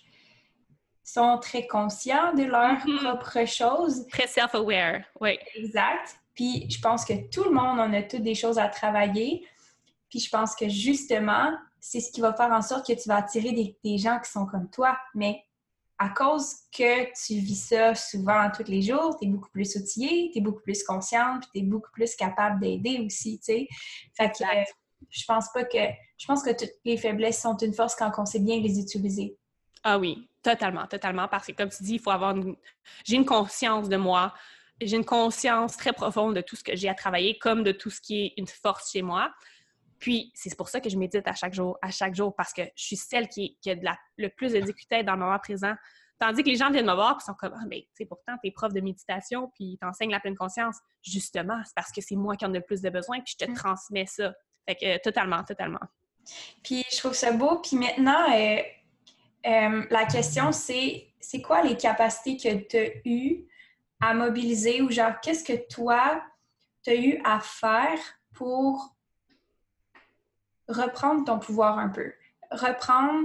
Speaker 1: sont très conscients de leurs mm-hmm. propres choses.
Speaker 2: Très self-aware, oui.
Speaker 1: Exact. Puis je pense que tout le monde en a toutes des choses à travailler. Puis je pense que justement, c'est ce qui va faire en sorte que tu vas attirer des, des gens qui sont comme toi. Mais à cause que tu vis ça souvent tous les jours, tu es beaucoup plus outillée, tu es beaucoup plus consciente, puis tu es beaucoup plus capable d'aider aussi, tu sais. Fait que euh, je pense pas que... Je pense que toutes les faiblesses sont une force quand on sait bien les utiliser.
Speaker 2: Ah oui, totalement, totalement. Parce que comme tu dis, il faut avoir une... J'ai une conscience de moi. J'ai une conscience très profonde de tout ce que j'ai à travailler, comme de tout ce qui est une force chez moi. Puis, c'est pour ça que je médite à chaque jour, à chaque jour, parce que je suis celle qui, qui a de la, le plus de difficulté dans le moment présent. Tandis que les gens viennent me voir et sont comme « Ah, mais tu sais, pourtant, t'es prof de méditation puis ils t'enseignent la pleine conscience. » Justement, c'est parce que c'est moi qui en ai le plus de besoin puis je te transmets ça. Fait que, euh, totalement, totalement.
Speaker 1: Puis, je trouve ça beau. Puis maintenant, euh, euh, la question, c'est c'est quoi les capacités que tu as eues à mobiliser ou genre, qu'est-ce que toi, tu as eu à faire pour reprendre ton pouvoir un peu, reprendre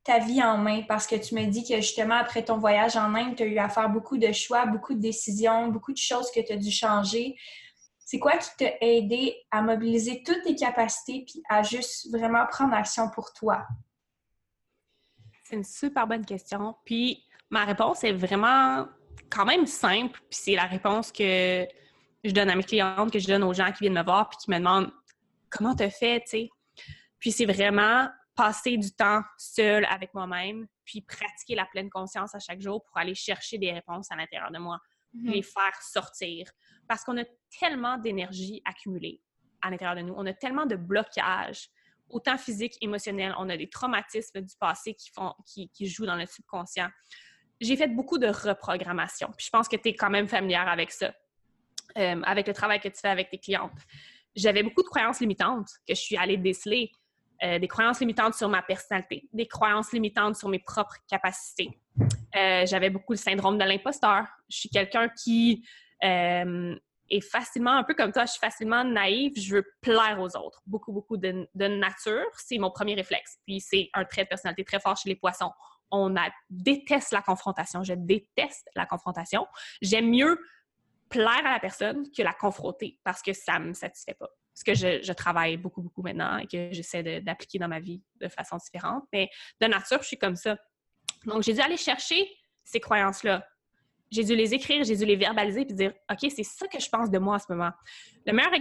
Speaker 1: ta vie en main? Parce que tu me dis que justement, après ton voyage en Inde, tu as eu à faire beaucoup de choix, beaucoup de décisions, beaucoup de choses que tu as dû changer. C'est quoi qui t'a aidé à mobiliser toutes tes capacités puis à juste vraiment prendre action pour toi?
Speaker 2: C'est une super bonne question. Puis ma réponse est vraiment quand même simple. Puis c'est la réponse que je donne à mes clientes, que je donne aux gens qui viennent me voir puis qui me demandent comment tu as fait, tu sais. Puis c'est vraiment passer du temps seul avec moi-même, puis pratiquer la pleine conscience à chaque jour pour aller chercher des réponses à l'intérieur de moi, puis
Speaker 1: Mm-hmm.
Speaker 2: les faire sortir. Parce qu'on a tellement d'énergie accumulée à l'intérieur de nous. On a tellement de blocages, autant physiques, émotionnels. On a des traumatismes du passé qui, font, qui, qui jouent dans le subconscient. J'ai fait beaucoup de reprogrammation. Puis je pense que tu es quand même familière avec ça, euh, avec le travail que tu fais avec tes clientes. J'avais beaucoup de croyances limitantes que je suis allée déceler. Euh, des croyances limitantes sur ma personnalité, des croyances limitantes sur mes propres capacités. Euh, j'avais beaucoup le syndrome de l'imposteur. Je suis quelqu'un qui euh, est facilement, un peu comme toi, je suis facilement naïve, je veux plaire aux autres. Beaucoup, beaucoup de, de nature, c'est mon premier réflexe. Puis c'est un trait de personnalité très fort chez les poissons. On a, déteste la confrontation. Je déteste la confrontation. J'aime mieux plaire à la personne que la confronter parce que ça ne me satisfait pas. Ce que je, je travaille beaucoup, beaucoup maintenant et que j'essaie de, d'appliquer dans ma vie de façon différente. Mais de nature, je suis comme ça. Donc, j'ai dû aller chercher ces croyances-là. J'ai dû les écrire, j'ai dû les verbaliser puis dire « OK, c'est ça que je pense de moi en ce moment. » Le meilleur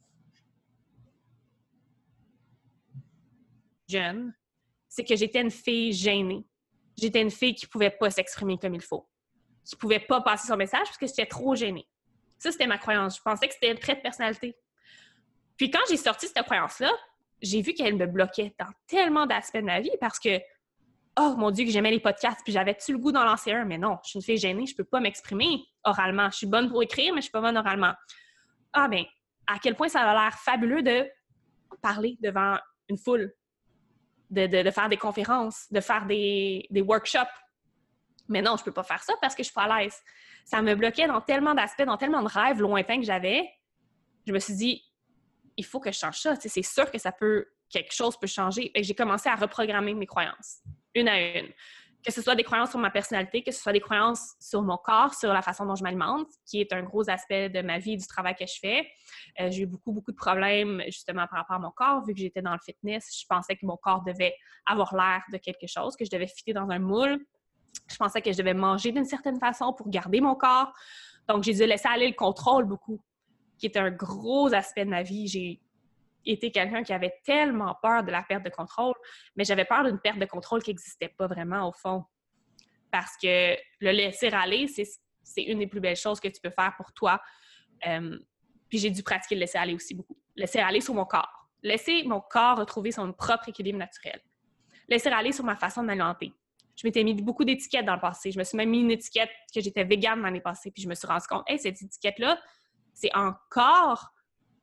Speaker 2: jeune, c'est que j'étais une fille gênée. J'étais une fille qui ne pouvait pas s'exprimer comme il faut, qui ne pouvait pas passer son message parce que j'étais trop gênée. Ça, c'était ma croyance. Je pensais que c'était un trait de personnalité. Puis quand j'ai sorti cette croyance-là, j'ai vu qu'elle me bloquait dans tellement d'aspects de ma vie parce que, oh mon Dieu, que j'aimais les podcasts, puis j'avais-tu le goût d'en lancer un? Mais non, je suis une fille gênée, je peux pas m'exprimer oralement. Je suis bonne pour écrire, mais je suis pas bonne oralement. Ah ben, à quel point ça a l'air fabuleux de parler devant une foule, de, de, de faire des conférences, de faire des, des workshops. Mais non, je peux pas faire ça parce que je suis pas à l'aise. Ça me bloquait dans tellement d'aspects, dans tellement de rêves lointains que j'avais. Je me suis dit, il faut que je change ça. T'sais, c'est sûr que ça peut, quelque chose peut changer. Et j'ai commencé à reprogrammer mes croyances, une à une. Que ce soit des croyances sur ma personnalité, que ce soit des croyances sur mon corps, sur la façon dont je m'alimente, qui est un gros aspect de ma vie et du travail que je fais. Euh, j'ai eu beaucoup, beaucoup de problèmes justement par rapport à mon corps. Vu que j'étais dans le fitness, je pensais que mon corps devait avoir l'air de quelque chose, que je devais fitter dans un moule. Je pensais que je devais manger d'une certaine façon pour garder mon corps. Donc, j'ai dû laisser aller le contrôle beaucoup, qui est un gros aspect de ma vie. J'ai été quelqu'un qui avait tellement peur de la perte de contrôle, mais j'avais peur d'une perte de contrôle qui n'existait pas vraiment au fond. Parce que le laisser aller, c'est, c'est une des plus belles choses que tu peux faire pour toi. Euh, puis j'ai dû pratiquer le laisser aller aussi beaucoup. Laisser aller sur mon corps. Laisser mon corps retrouver son propre équilibre naturel. Laisser aller sur ma façon de m'alimenter. Je m'étais mis beaucoup d'étiquettes dans le passé. Je me suis même mis une étiquette que j'étais végane l'année passée, puis je me suis rendu compte, hey, cette étiquette-là, c'est encore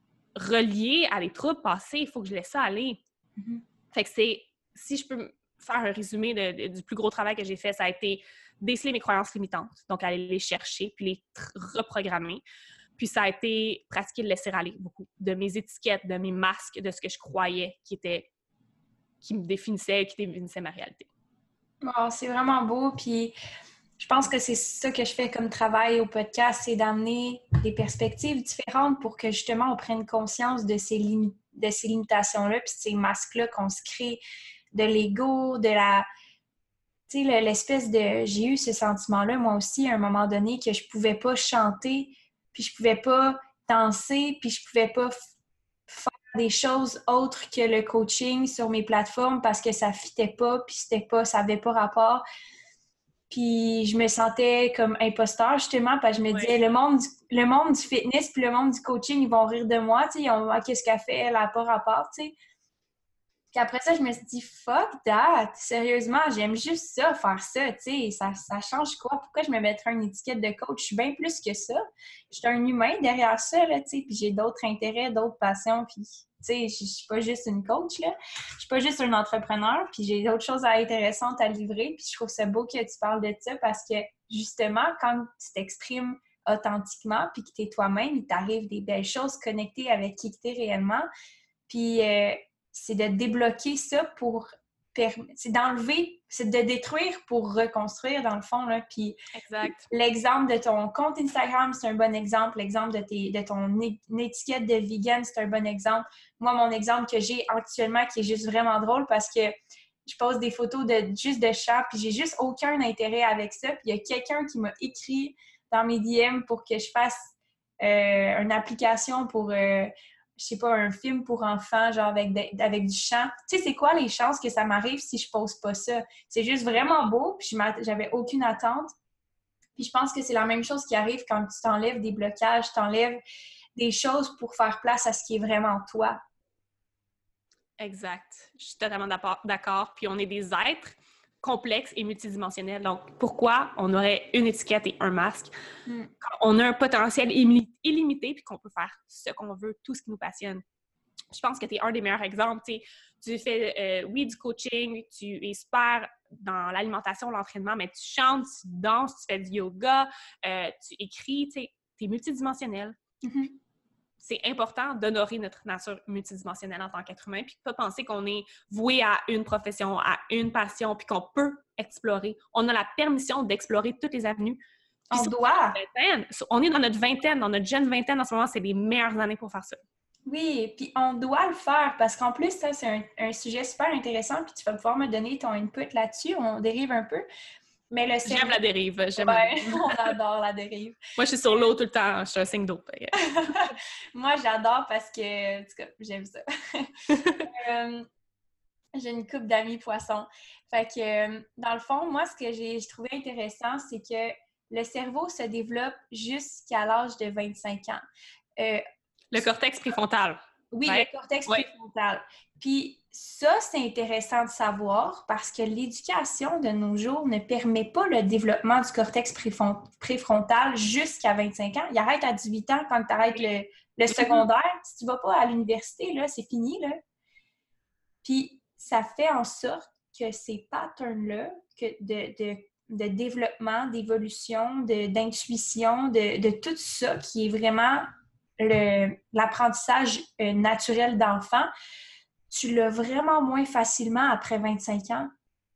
Speaker 2: relié à des troubles passés. Il faut que je laisse ça aller. Mm-hmm. Fait que c'est, si je peux faire un résumé de, de, du plus gros travail que j'ai fait, ça a été déceler mes croyances limitantes, donc aller les chercher, puis les tr- reprogrammer. Puis ça a été pratiquer le laisser aller beaucoup, de mes étiquettes, de mes masques, de ce que je croyais qui était, qui me définissait, qui définissait ma réalité.
Speaker 1: Wow, c'est vraiment beau, puis je pense que c'est ça que je fais comme travail au podcast, c'est d'amener des perspectives différentes pour que justement on prenne conscience de ces, limi- de ces limitations-là, puis ces masques-là qu'on se crée, de l'ego, de la... Tu sais, l'espèce de... J'ai eu ce sentiment-là, moi aussi, à un moment donné, que je pouvais pas chanter, puis je pouvais pas danser, puis je pouvais pas f- faire des choses autres que le coaching sur mes plateformes parce que ça fitait pas, puis c'était pas, ça avait pas rapport. Puis je me sentais comme imposteur, justement, parce que je me disais, ouais. le, monde du, le monde du fitness puis le monde du coaching, ils vont rire de moi, tu sais, ils vont, ah, qu'est-ce qu'elle fait, elle n'a pas rapport, tu sais. Puis après ça, je me suis dit, fuck that, sérieusement, j'aime juste ça, faire ça, tu sais, ça, ça change quoi? Pourquoi je me mettrais une étiquette de coach? Je suis bien plus que ça. Je suis un humain derrière ça, là, tu sais, puis j'ai d'autres intérêts, d'autres passions, puis... Tu sais, je suis pas juste une coach, là. Je suis pas juste un entrepreneur, puis j'ai d'autres choses intéressantes à livrer, puis je trouve ça beau que tu parles de ça parce que, justement, quand tu t'exprimes authentiquement puis que tu es toi-même, il t'arrive des belles choses connectées avec qui tu es réellement. Puis euh, c'est de débloquer ça pour permet, c'est d'enlever, c'est de détruire pour reconstruire, dans le fond, là. Puis
Speaker 2: exact.
Speaker 1: l'exemple de ton compte Instagram, c'est un bon exemple. L'exemple de, tes, de ton é- étiquette de vegan, c'est un bon exemple. Moi, mon exemple que j'ai actuellement, qui est juste vraiment drôle parce que je pose des photos de juste de chats, puis j'ai juste aucun intérêt avec ça. Puis il y a quelqu'un qui m'a écrit dans mes D M pour que je fasse euh, une application pour, euh, je sais pas, un film pour enfants, genre avec, de, avec du chant. Tu sais, c'est quoi les chances que ça m'arrive si je pose pas ça? C'est juste vraiment beau, puis je j'avais aucune attente. Puis je pense que c'est la même chose qui arrive quand tu t'enlèves des blocages, tu t'enlèves des choses pour faire place à ce qui est vraiment toi.
Speaker 2: Exact. Je suis totalement d'accord. Puis on est des êtres complexes et multidimensionnels. Donc, pourquoi on aurait une étiquette et un masque mm. quand on a un potentiel illimité puis qu'on peut faire ce qu'on veut, tout ce qui nous passionne? Je pense que tu es un des meilleurs exemples. T'sais, tu fais, euh, oui, du coaching, tu es super dans l'alimentation, l'entraînement, mais tu chantes, tu danses, tu fais du yoga, euh, tu écris, tu es multidimensionnel. Mm-hmm. C'est important d'honorer notre nature multidimensionnelle en tant qu'être humain, puis de pas penser qu'on est voué à une profession, à une passion, puis qu'on peut explorer. On a la permission d'explorer toutes les avenues. Puis
Speaker 1: on doit!
Speaker 2: On est dans notre vingtaine, dans notre jeune vingtaine en ce moment, c'est les meilleures années pour faire ça.
Speaker 1: Oui, puis on doit le faire parce qu'en plus, ça, c'est un, un sujet super intéressant, puis tu vas pouvoir me donner ton input là-dessus. On dérive un peu. Mais le cerveau...
Speaker 2: J'aime la dérive. J'aime
Speaker 1: ouais,
Speaker 2: la dérive.
Speaker 1: On adore la dérive.
Speaker 2: Moi, je suis sur l'eau tout le temps. Je suis un signe d'eau.
Speaker 1: Moi, j'adore parce que, en tout cas, j'aime ça. euh, j'ai une couple d'amis poissons. Fait que, dans le fond, moi, ce que j'ai trouvé intéressant, c'est que le cerveau se développe jusqu'à l'âge de vingt-cinq ans. Euh,
Speaker 2: le cortex préfrontal.
Speaker 1: Oui,
Speaker 2: ouais.
Speaker 1: le cortex
Speaker 2: ouais.
Speaker 1: préfrontal. Puis ça, c'est intéressant de savoir parce que l'éducation de nos jours ne permet pas le développement du cortex préfrontal jusqu'à vingt-cinq ans. Il arrête à dix-huit ans quand tu arrêtes le, le secondaire. Si tu ne vas pas à l'université, là, c'est fini, là. Puis ça fait en sorte que ces patterns-là que de, de, de développement, d'évolution, de, d'intuition, de, de tout ça qui est vraiment le, l'apprentissage euh, naturel d'enfant, tu l'as vraiment moins facilement après vingt-cinq ans.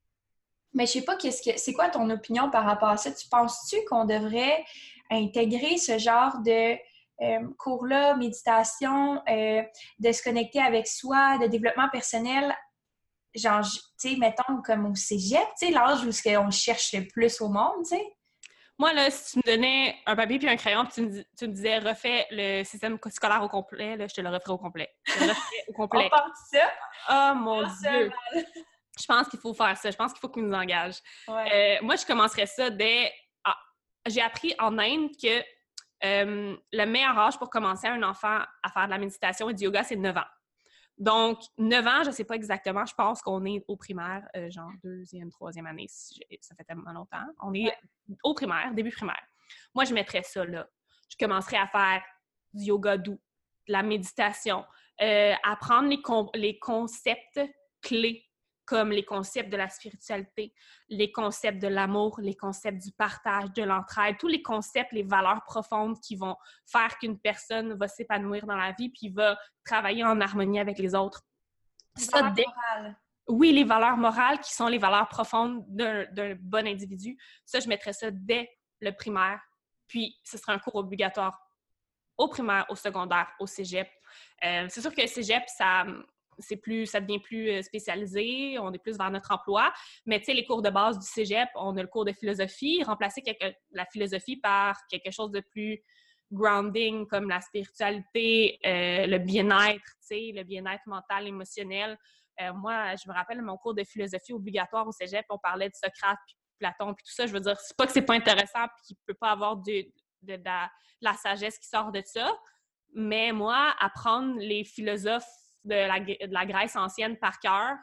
Speaker 1: Mais je sais pas, qu'est-ce que, c'est quoi ton opinion par rapport à ça? Tu penses-tu qu'on devrait intégrer ce genre de euh, cours-là, méditation, euh, de se connecter avec soi, de développement personnel, genre, tu sais, mettons comme au cégep, tu sais, l'âge où on cherche le plus au monde, tu sais?
Speaker 2: Moi, là, si tu me donnais un papier puis un crayon puis tu me, tu me disais « refais le système scolaire au complet », là, je te le referais au complet. Je le referais au complet.
Speaker 1: On part de ça?
Speaker 2: Oh mon Dieu! Je pense qu'il faut faire ça. Je pense qu'il faut qu'ils nous engagent.
Speaker 1: Ouais.
Speaker 2: Euh, moi, je commencerais ça dès... Ah, j'ai appris en Inde que euh, le meilleur âge pour commencer un enfant à faire de la méditation et du yoga, c'est neuf ans. Donc, neuf ans, je ne sais pas exactement, je pense qu'on est au primaire, euh, genre deuxième, troisième année, si ça fait tellement longtemps. On est ouais. au primaire, début primaire. Moi, je mettrais ça là. Je commencerais à faire du yoga doux, de la méditation, euh, apprendre les, con- les concepts clés, comme les concepts de la spiritualité, les concepts de l'amour, les concepts du partage, de l'entraide, tous les concepts, les valeurs profondes qui vont faire qu'une personne va s'épanouir dans la vie puis va travailler en harmonie avec les autres.
Speaker 1: Les valeurs dès... morales.
Speaker 2: Oui, les valeurs morales qui sont les valeurs profondes d'un, d'un bon individu. Ça, je mettrais ça dès le primaire. Puis, ce serait un cours obligatoire au primaire, au secondaire, au cégep. Euh, c'est sûr que le cégep, ça... c'est plus, ça devient plus spécialisé, on est plus vers notre emploi. Mais tu sais, les cours de base du cégep, on a le cours de philosophie, remplacer quelque, la philosophie par quelque chose de plus grounding, comme la spiritualité, euh, le bien-être, tu sais, le bien-être mental, émotionnel. Euh, moi, je me rappelle mon cours de philosophie obligatoire au cégep, on parlait de Socrate, puis Platon, puis tout ça. Je veux dire, c'est pas que c'est pas intéressant, puis qu'il peut pas avoir de, de, de, de la sagesse qui sort de ça. Mais moi, apprendre les philosophes De la, de la Grèce ancienne par cœur,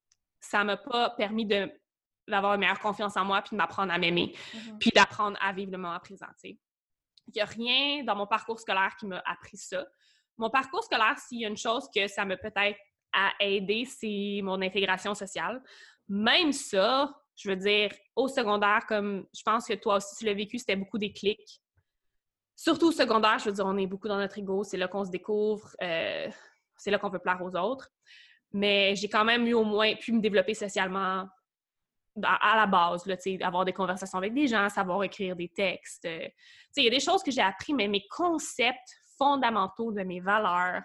Speaker 2: ça m'a pas permis de, d'avoir une meilleure confiance en moi puis de m'apprendre à m'aimer, mm-hmm. puis d'apprendre à vivre le moment présent. Il n'y a rien dans mon parcours scolaire qui m'a appris ça. Mon parcours scolaire, s'il y a une chose que ça m'a peut-être aidé, c'est mon intégration sociale. Même ça, je veux dire, au secondaire, comme je pense que toi aussi tu l'as vécu, c'était beaucoup des clics. Surtout au secondaire, je veux dire, on est beaucoup dans notre ego, c'est là qu'on se découvre. Euh, C'est là qu'on peut plaire aux autres. mais j'ai quand même eu au moins pu me développer socialement à, à la base, là, tu sais, avoir des conversations avec des gens, savoir écrire des textes. Euh, tu sais, il y a des choses que j'ai appris, mais mes concepts fondamentaux de mes valeurs,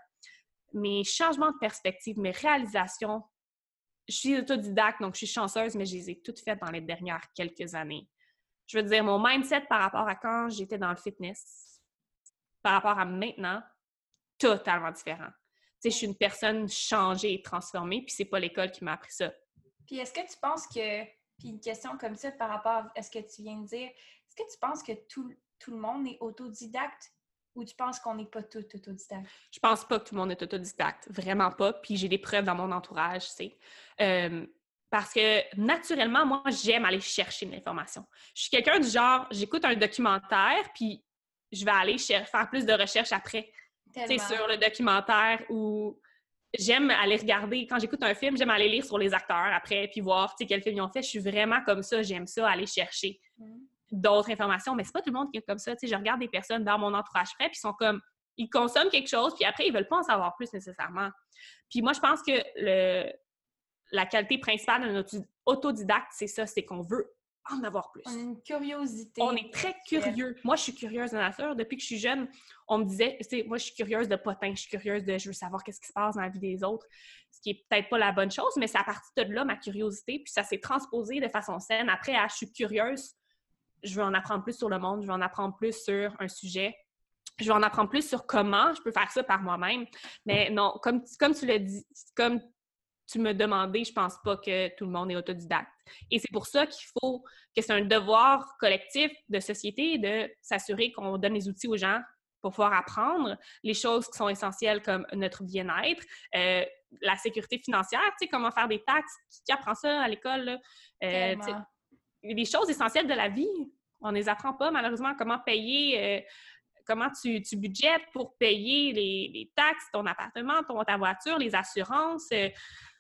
Speaker 2: mes changements de perspective, mes réalisations, je suis autodidacte, donc je suis chanceuse, mais je les ai toutes faites dans les dernières quelques années. Je veux dire, mon mindset par rapport à quand j'étais dans le fitness, par rapport à maintenant, totalement différent. Tu sais, je suis une personne changée et transformée, puis c'est pas l'école qui m'a appris ça.
Speaker 1: Puis est-ce que tu penses que, puis une question comme ça par rapport à ce que tu viens de dire, est-ce que tu penses que tout, tout le monde est autodidacte ou tu penses qu'on n'est pas tous autodidactes?
Speaker 2: Je pense pas que tout le monde est autodidacte, vraiment pas, puis j'ai des preuves dans mon entourage, tu sais. Euh, parce que, naturellement, moi, j'aime aller chercher de l'information. Je suis quelqu'un du genre, j'écoute un documentaire, puis je vais aller faire plus de recherches après. Tu sais, sur le documentaire ou j'aime aller regarder, quand j'écoute un film, j'aime aller lire sur les acteurs après, puis voir, tu sais, quel film ils ont fait. Je suis vraiment comme ça, j'aime ça, aller chercher mm. d'autres informations, mais c'est pas tout le monde qui est comme ça. Tu sais, je regarde des personnes dans mon entourage près, puis ils sont comme, ils consomment quelque chose, puis après, ils veulent pas en savoir plus nécessairement. Puis moi, je pense que le, la qualité principale de notre autodidacte, c'est ça, c'est qu'on veut en avoir plus.
Speaker 1: On a une curiosité.
Speaker 2: On est très curieux. Moi, je suis curieuse de nature. Depuis que je suis jeune, on me disait, tu sais, moi, je suis curieuse de potin, je suis curieuse de, je veux savoir qu'est-ce qui se passe dans la vie des autres, ce qui est peut-être pas la bonne chose, mais c'est à partir de là, ma curiosité, puis ça s'est transposé de façon saine. Après, à, je suis curieuse, je veux en apprendre plus sur le monde, je veux en apprendre plus sur un sujet, je veux en apprendre plus sur comment je peux faire ça par moi-même. Mais non, comme, comme tu l'as dit, comme tu me demandais, je pense pas que tout le monde est autodidacte. Et c'est pour ça qu'il faut, que c'est un devoir collectif de société de s'assurer qu'on donne les outils aux gens pour pouvoir apprendre les choses qui sont essentielles comme notre bien-être, euh, la sécurité financière, tu sais, comment faire des taxes, qui apprend ça à l'école, euh, les choses essentielles de la vie, on ne les apprend pas malheureusement, comment payer, euh, comment tu, tu budgètes pour payer les, les taxes, ton appartement, ton, ta voiture, les assurances, euh,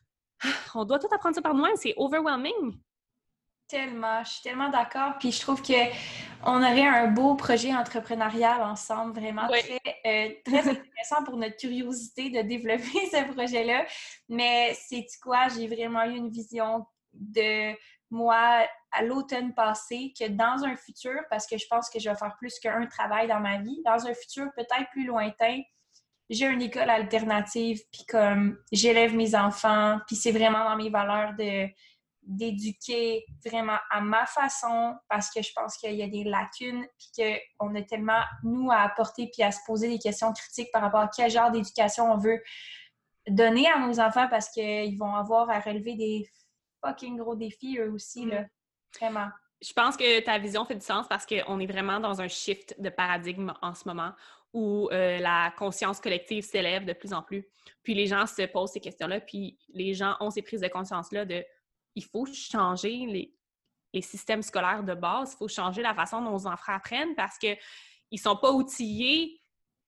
Speaker 2: on doit tout apprendre ça par nous-mêmes, c'est overwhelming.
Speaker 1: Tellement, je suis tellement d'accord. Puis je trouve qu'on aurait un beau projet entrepreneurial ensemble, vraiment oui. très, euh, très intéressant pour notre curiosité de développer ce projet-là. Mais sais-tu quoi? J'ai vraiment eu une vision de moi à l'automne passé que dans un futur, parce que je pense que je vais faire plus qu'un travail dans ma vie, dans un futur peut-être plus lointain, j'ai une école alternative, puis comme j'élève mes enfants, puis c'est vraiment dans mes valeurs de, d'éduquer vraiment à ma façon, parce que je pense qu'il y a des lacunes, puis qu'on a tellement, nous, à apporter, puis à se poser des questions critiques par rapport à quel genre d'éducation on veut donner à nos enfants, parce qu'ils vont avoir à relever des fucking gros défis, eux aussi, là. Vraiment.
Speaker 2: Je pense que ta vision fait du sens parce qu'on est vraiment dans un shift de paradigme en ce moment où euh, la conscience collective s'élève de plus en plus. Puis les gens se posent ces questions-là, puis les gens ont ces prises de conscience-là de il faut changer les, les systèmes scolaires de base, il faut changer la façon dont nos enfants apprennent parce qu'ils ne sont pas outillés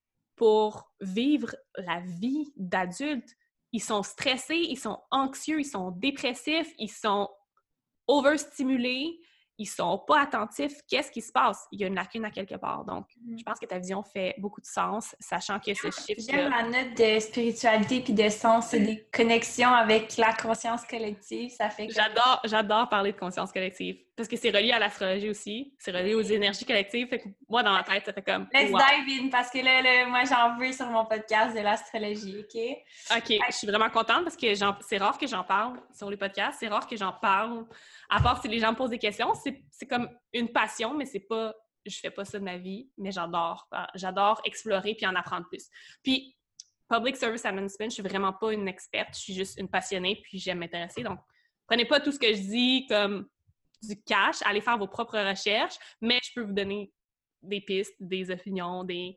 Speaker 2: pour vivre la vie d'adulte. Ils sont stressés, ils sont anxieux, ils sont dépressifs, ils sont overstimulés. Ils sont pas attentifs. Qu'est-ce qui se passe? Il y a une lacune à quelque part. Donc, mm. je pense que ta vision fait beaucoup de sens, sachant que ce chiffre...
Speaker 1: J'aime la note de spiritualité puis de sens et des connexions avec la conscience collective. Ça fait que...
Speaker 2: J'adore, j'adore parler de conscience collective parce que c'est relié à l'astrologie aussi. C'est relié aux énergies collectives. Fait que moi, dans ma tête, ça fait comme...
Speaker 1: Let's
Speaker 2: wow.
Speaker 1: dive in parce que là, là moi, j'en veux sur mon podcast de l'astrologie, OK?
Speaker 2: OK. Je suis vraiment contente parce que j'en... c'est rare que j'en parle sur les podcasts. C'est rare que j'en parle. À part si les gens me posent des questions, c'est, c'est comme une passion, mais c'est pas, je fais pas ça de ma vie, mais j'adore, j'adore explorer puis en apprendre plus. Puis, Public Service Announcement, je suis vraiment pas une experte, je suis juste une passionnée puis j'aime m'intéresser. Donc, prenez pas tout ce que je dis comme du cash, allez faire vos propres recherches, mais je peux vous donner des pistes, des opinions, des,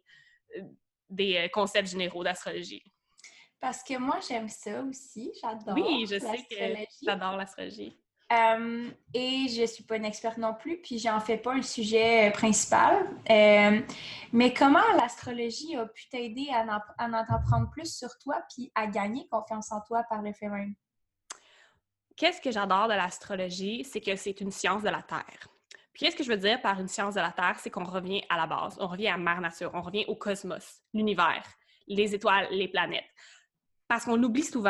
Speaker 2: des concepts généraux d'astrologie.
Speaker 1: Parce que moi, j'aime ça aussi, j'adore
Speaker 2: Oui, je sais que j'adore l'astrologie.
Speaker 1: Euh, et je suis pas une experte non plus, puis j'en fais pas un sujet principal. Euh, mais comment l'astrologie a pu t'aider à en, à en apprendre plus sur toi puis à gagner confiance en toi par le fait même?
Speaker 2: Qu'est-ce que j'adore de l'astrologie? C'est que c'est une science de la Terre. Puis qu'est-ce que je veux dire par une science de la Terre? C'est qu'on revient à la base, on revient à Mère Nature, on revient au cosmos, l'univers, les étoiles, les planètes. Parce qu'on oublie souvent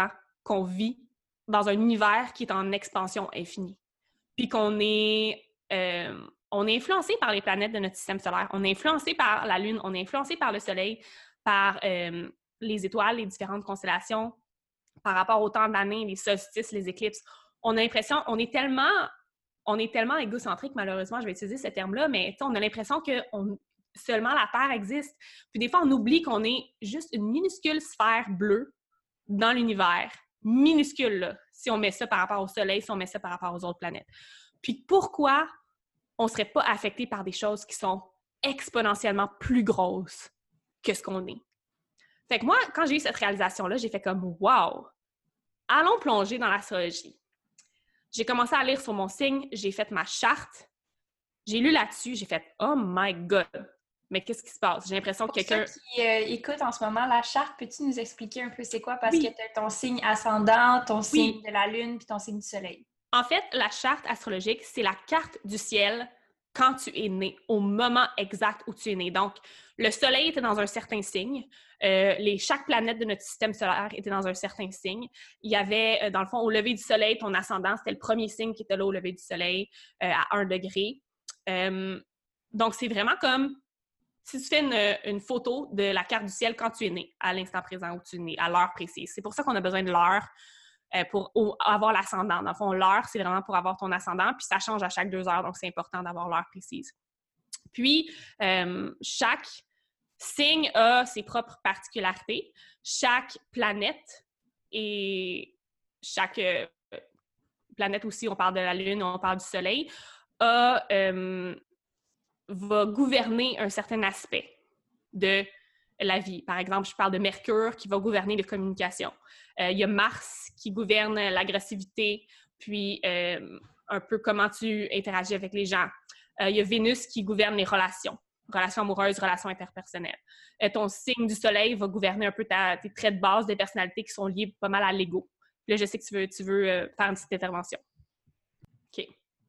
Speaker 2: qu'on vit dans un univers qui est en expansion infinie. Puis qu'on est, euh, on est influencé par les planètes de notre système solaire, on est influencé par la Lune, on est influencé par le Soleil, par euh, les étoiles, les différentes constellations, par rapport au temps de l'année, les solstices, les éclipses. On a l'impression, on est tellement, on est tellement égocentrique, malheureusement, je vais utiliser ce terme-là, mais on a l'impression que on, seulement la Terre existe. Puis des fois, on oublie qu'on est juste une minuscule sphère bleue dans l'univers, minuscule, là, si on met ça par rapport au Soleil, si on met ça par rapport aux autres planètes. Puis pourquoi on ne serait pas affecté par des choses qui sont exponentiellement plus grosses que ce qu'on est? Fait que moi, quand j'ai eu cette réalisation-là, j'ai fait comme « Wow! Allons plonger dans l'astrologie. » J'ai commencé à lire sur mon signe, j'ai fait ma charte, j'ai lu là-dessus, j'ai fait « Oh my God! » Mais qu'est-ce qui se passe? J'ai l'impression que quelqu'un...
Speaker 1: Pour ceux qui euh, écoutent en ce moment la charte, peux-tu nous expliquer un peu c'est quoi? Parce
Speaker 2: oui.
Speaker 1: que tu as ton signe ascendant, ton
Speaker 2: oui.
Speaker 1: signe de la Lune, puis ton signe du Soleil.
Speaker 2: En fait, la charte astrologique, c'est la carte du ciel quand tu es né, au moment exact où tu es né. Donc, le Soleil était dans un certain signe. Euh, les, chaque planète de notre système solaire était dans un certain signe. Il y avait, euh, dans le fond, au lever du Soleil, ton ascendant, c'était le premier signe qui était là au lever du Soleil, euh, à un degré. Euh, donc, c'est vraiment comme si tu fais une, une photo de la carte du ciel quand tu es né, à l'instant présent où tu es né, à l'heure précise. C'est pour ça qu'on a besoin de l'heure euh, pour au, avoir l'ascendant. Dans le fond, l'heure, c'est vraiment pour avoir ton ascendant, puis ça change à chaque deux heures, donc c'est important d'avoir l'heure précise. Puis, euh, chaque signe a ses propres particularités. Chaque planète et chaque euh, planète aussi, on parle de la Lune, on parle du Soleil, a... Euh, va gouverner un certain aspect de la vie. Par exemple, je parle de Mercure qui va gouverner les communications. Euh, il y a Mars qui gouverne l'agressivité, puis euh, un peu comment tu interagis avec les gens. Euh, il y a Vénus qui gouverne les relations, relations amoureuses, relations interpersonnelles. Euh, ton signe du Soleil va gouverner un peu ta, tes traits de base de personnalité qui sont liés pas mal à l'ego. Là, je sais que tu veux, tu veux euh, faire une petite intervention. OK.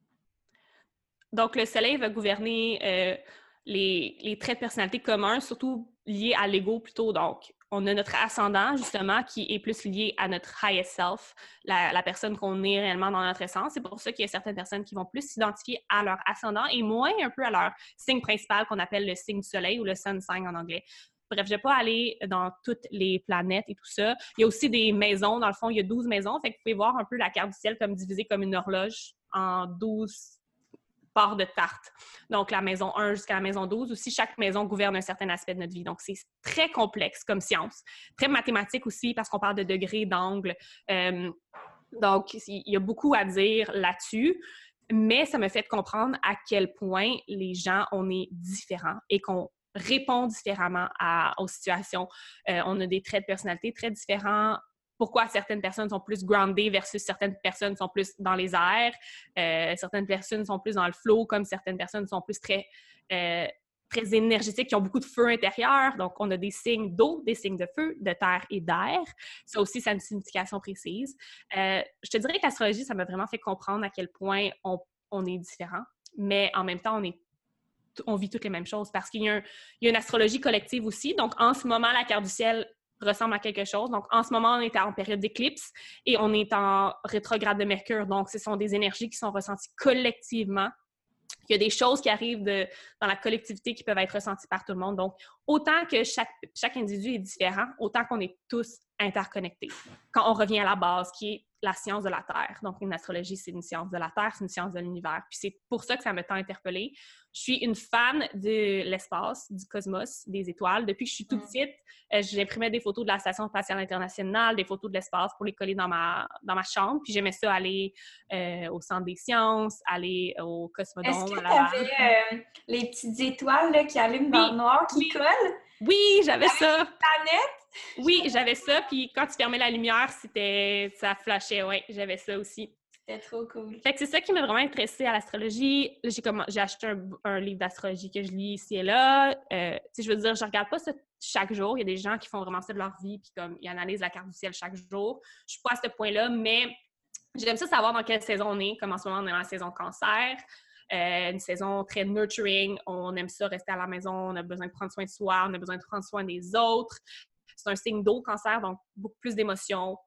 Speaker 2: Donc, le Soleil va gouverner euh, les, les traits de personnalité communs, surtout liés à l'ego plutôt. Donc, on a notre ascendant, justement, qui est plus lié à notre highest self, la, la personne qu'on est réellement dans notre essence. C'est pour ça qu'il y a certaines personnes qui vont plus s'identifier à leur ascendant et moins un peu à leur signe principal qu'on appelle le signe du Soleil ou le sun sign en anglais. Bref, je ne vais pas aller dans toutes les planètes et tout ça. Il y a aussi des maisons. Dans le fond, il y a douze maisons. Fait que vous pouvez voir un peu la carte du ciel comme divisée comme une horloge en douze part de tarte. Donc, la maison un jusqu'à la maison douze. Aussi, chaque maison gouverne un certain aspect de notre vie. Donc, c'est très complexe comme science. Très mathématique aussi, parce qu'on parle de degrés, d'angles. Euh, donc, il y a beaucoup à dire là-dessus. Mais ça me fait comprendre à quel point les gens, on est différents et qu'on répond différemment à, aux situations. Euh, on a des traits de personnalité très différents. Pourquoi certaines personnes sont plus groundées versus certaines personnes sont plus dans les airs. Euh, certaines personnes sont plus dans le flow, comme certaines personnes sont plus très, euh, très énergétiques, qui ont beaucoup de feu intérieur. Donc, on a des signes d'eau, des signes de feu, de terre et d'air. Ça aussi, ça a une signification précise. Euh, je te dirais que l'astrologie, ça m'a vraiment fait comprendre à quel point on, on est différents, mais en même temps, on est on vit toutes les mêmes choses parce qu'il y a, un, il y a une astrologie collective aussi. Donc, en ce moment, la carte du ciel ressemble à quelque chose. Donc, en ce moment, on est en période d'éclipse et on est en rétrograde de Mercure. Donc, ce sont des énergies qui sont ressenties collectivement. Il y a des choses qui arrivent de, dans la collectivité qui peuvent être ressenties par tout le monde. Donc, autant que chaque, chaque individu est différent, autant qu'on est tous interconnectés. Quand on revient à la base, qui est la science de la Terre. Donc, une astrologie, c'est une science de la Terre, c'est une science de l'univers. Puis c'est pour ça que ça m'a tant interpellée. Je suis une fan de l'espace, du cosmos, des étoiles. Depuis que je suis toute petite, euh, j'imprimais des photos de la Station spatiale internationale, des photos de l'espace pour les coller dans ma, dans ma chambre. Puis j'aimais ça aller euh, au Centre des sciences, aller au Cosmodome.
Speaker 1: Est-ce que tu avais euh, les petites étoiles là, qui allument dans
Speaker 2: oui,
Speaker 1: le noir, qui
Speaker 2: oui.
Speaker 1: collent?
Speaker 2: Oui, j'avais ça.
Speaker 1: Planète?
Speaker 2: Oui, j'avais ça. Puis quand tu fermais la lumière, c'était ça flashait. Oui, j'avais ça aussi.
Speaker 1: C'était trop cool.
Speaker 2: Fait que c'est ça qui m'a vraiment intéressée à l'astrologie. J'ai, comme, j'ai acheté un, un livre d'astrologie que je lis ici et là. Euh, tu sais, je veux dire, je regarde pas ça chaque jour. Il y a des gens qui font vraiment ça de leur vie, puis comme ils analysent la carte du ciel chaque jour. Je suis pas à ce point-là, mais j'aime ça savoir dans quelle saison on est. Comme en ce moment, on est dans la saison cancer. Euh, une saison très nurturing. On aime ça, rester à la maison. On a besoin de prendre soin de soi. On a besoin de prendre soin des autres. C'est un signe d'eau, cancer, donc beaucoup plus d'émotions.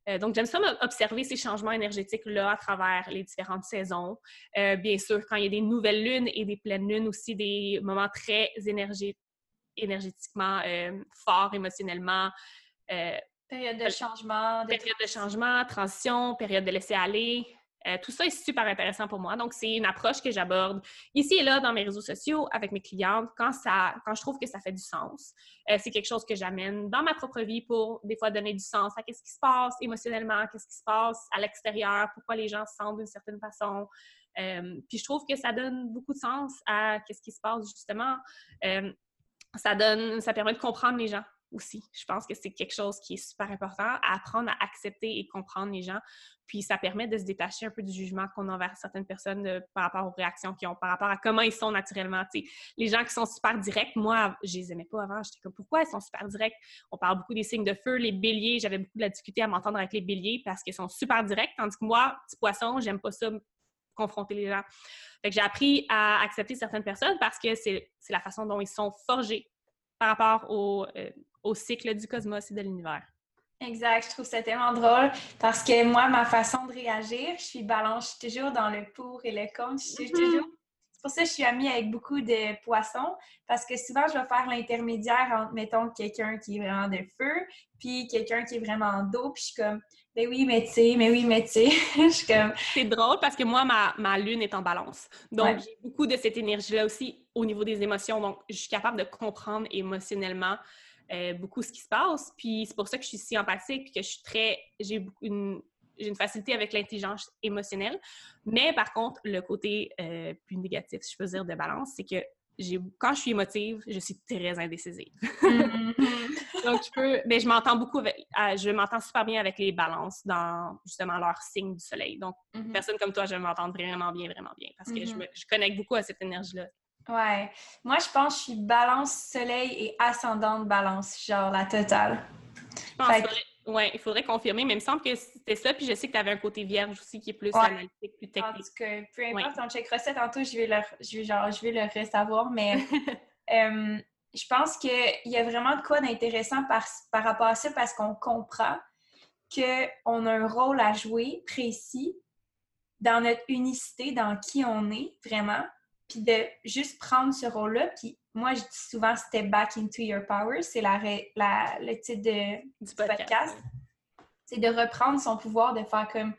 Speaker 2: Euh, donc, j'aime ça observer ces changements énergétiques-là à travers les différentes saisons. Euh, bien sûr, quand il y a des nouvelles lunes et des pleines lunes aussi, des moments très énergé- énergétiquement euh, forts émotionnellement. Euh,
Speaker 1: Période de changement, de
Speaker 2: période de
Speaker 1: transition.
Speaker 2: changement, transition, période de laisser aller. Euh, tout ça est super intéressant pour moi. Donc, c'est une approche que j'aborde ici et là dans mes réseaux sociaux avec mes clientes quand, ça, quand je trouve que ça fait du sens. Euh, c'est quelque chose que j'amène dans ma propre vie pour des fois donner du sens à qu'est-ce qui se passe émotionnellement, qu'est-ce qui se passe à l'extérieur, pourquoi les gens se sentent d'une certaine façon. Euh, puis je trouve que ça donne beaucoup de sens à qu'est-ce qui se passe justement. Euh, ça donne, ça permet de comprendre les gens aussi. Je pense que c'est quelque chose qui est super important, à apprendre à accepter et comprendre les gens. Puis ça permet de se détacher un peu du jugement qu'on a envers certaines personnes de, par rapport aux réactions qu'ils ont, par rapport à comment ils sont naturellement. T'sais, les gens qui sont super directs, moi, je les aimais pas avant. J'étais comme, pourquoi ils sont super directs? On parle beaucoup des signes de feu, les béliers. J'avais beaucoup de la difficulté à m'entendre avec les béliers parce qu'ils sont super directs, tandis que moi, petit poisson, j'aime pas ça confronter les gens. Fait que j'ai appris à accepter certaines personnes parce que c'est, c'est la façon dont ils sont forgés par rapport au, euh, au cycle du cosmos et de l'univers.
Speaker 1: Exact, je trouve ça tellement drôle parce que moi, ma façon de réagir, je suis balance, je suis toujours dans le pour et le contre. Je suis toujours...
Speaker 2: Mm-hmm.
Speaker 1: C'est pour ça que je suis amie avec beaucoup de poissons parce que souvent, je vais faire l'intermédiaire entre, mettons, quelqu'un qui est vraiment de feu puis quelqu'un qui est vraiment d'eau. Puis je suis comme, ben oui, mais tu sais, mais oui, mais tu sais. Je suis comme...
Speaker 2: C'est drôle parce que moi, ma, ma lune est en balance. Donc,
Speaker 1: Ouais.
Speaker 2: j'ai beaucoup de cette énergie-là aussi au niveau des émotions. Donc, je suis capable de comprendre émotionnellement euh, beaucoup ce qui se passe. Puis, c'est pour ça que je suis si empathique puis que je suis très... J'ai une, j'ai une facilité avec l'intelligence émotionnelle. Mais par contre, le côté euh, plus négatif, si je peux dire, de balance, c'est que j'ai, quand je suis émotive, je suis très indécisive.
Speaker 1: Mm-hmm.
Speaker 2: Donc, je peux... Mais je m'entends beaucoup avec... Je m'entends super bien avec les balances dans, justement, leur signe du soleil. Donc,
Speaker 1: Mm-hmm.
Speaker 2: personne comme toi, je m'entends vraiment bien, vraiment bien. Parce que je,
Speaker 1: Mm-hmm.
Speaker 2: me... je connecte beaucoup à cette énergie-là.
Speaker 1: Ouais. Moi, je pense que je suis balance soleil et ascendante balance, genre la totale.
Speaker 2: Je pense qu'il
Speaker 1: Fait que,
Speaker 2: faudrait... Ouais, il faudrait confirmer, mais il me semble que c'était ça. Puis je sais que tu avais un côté vierge aussi qui est plus
Speaker 1: ouais.
Speaker 2: analytique, plus
Speaker 1: En tout
Speaker 2: technique.
Speaker 1: cas, peu
Speaker 2: Oui.
Speaker 1: importe, on checkera ça tantôt, je vais le, je vais, genre, je vais le ressavoir, mais euh, je pense qu'il y a vraiment de quoi d'intéressant par, par rapport à ça parce qu'on comprend qu'on a un rôle à jouer précis dans notre unicité, dans qui on est vraiment, puis de juste prendre ce rôle-là. Puis moi, je dis souvent « Step back into your power », c'est la, la, le titre de,
Speaker 2: Du
Speaker 1: du
Speaker 2: podcast.
Speaker 1: podcast. C'est de reprendre son pouvoir, de faire comme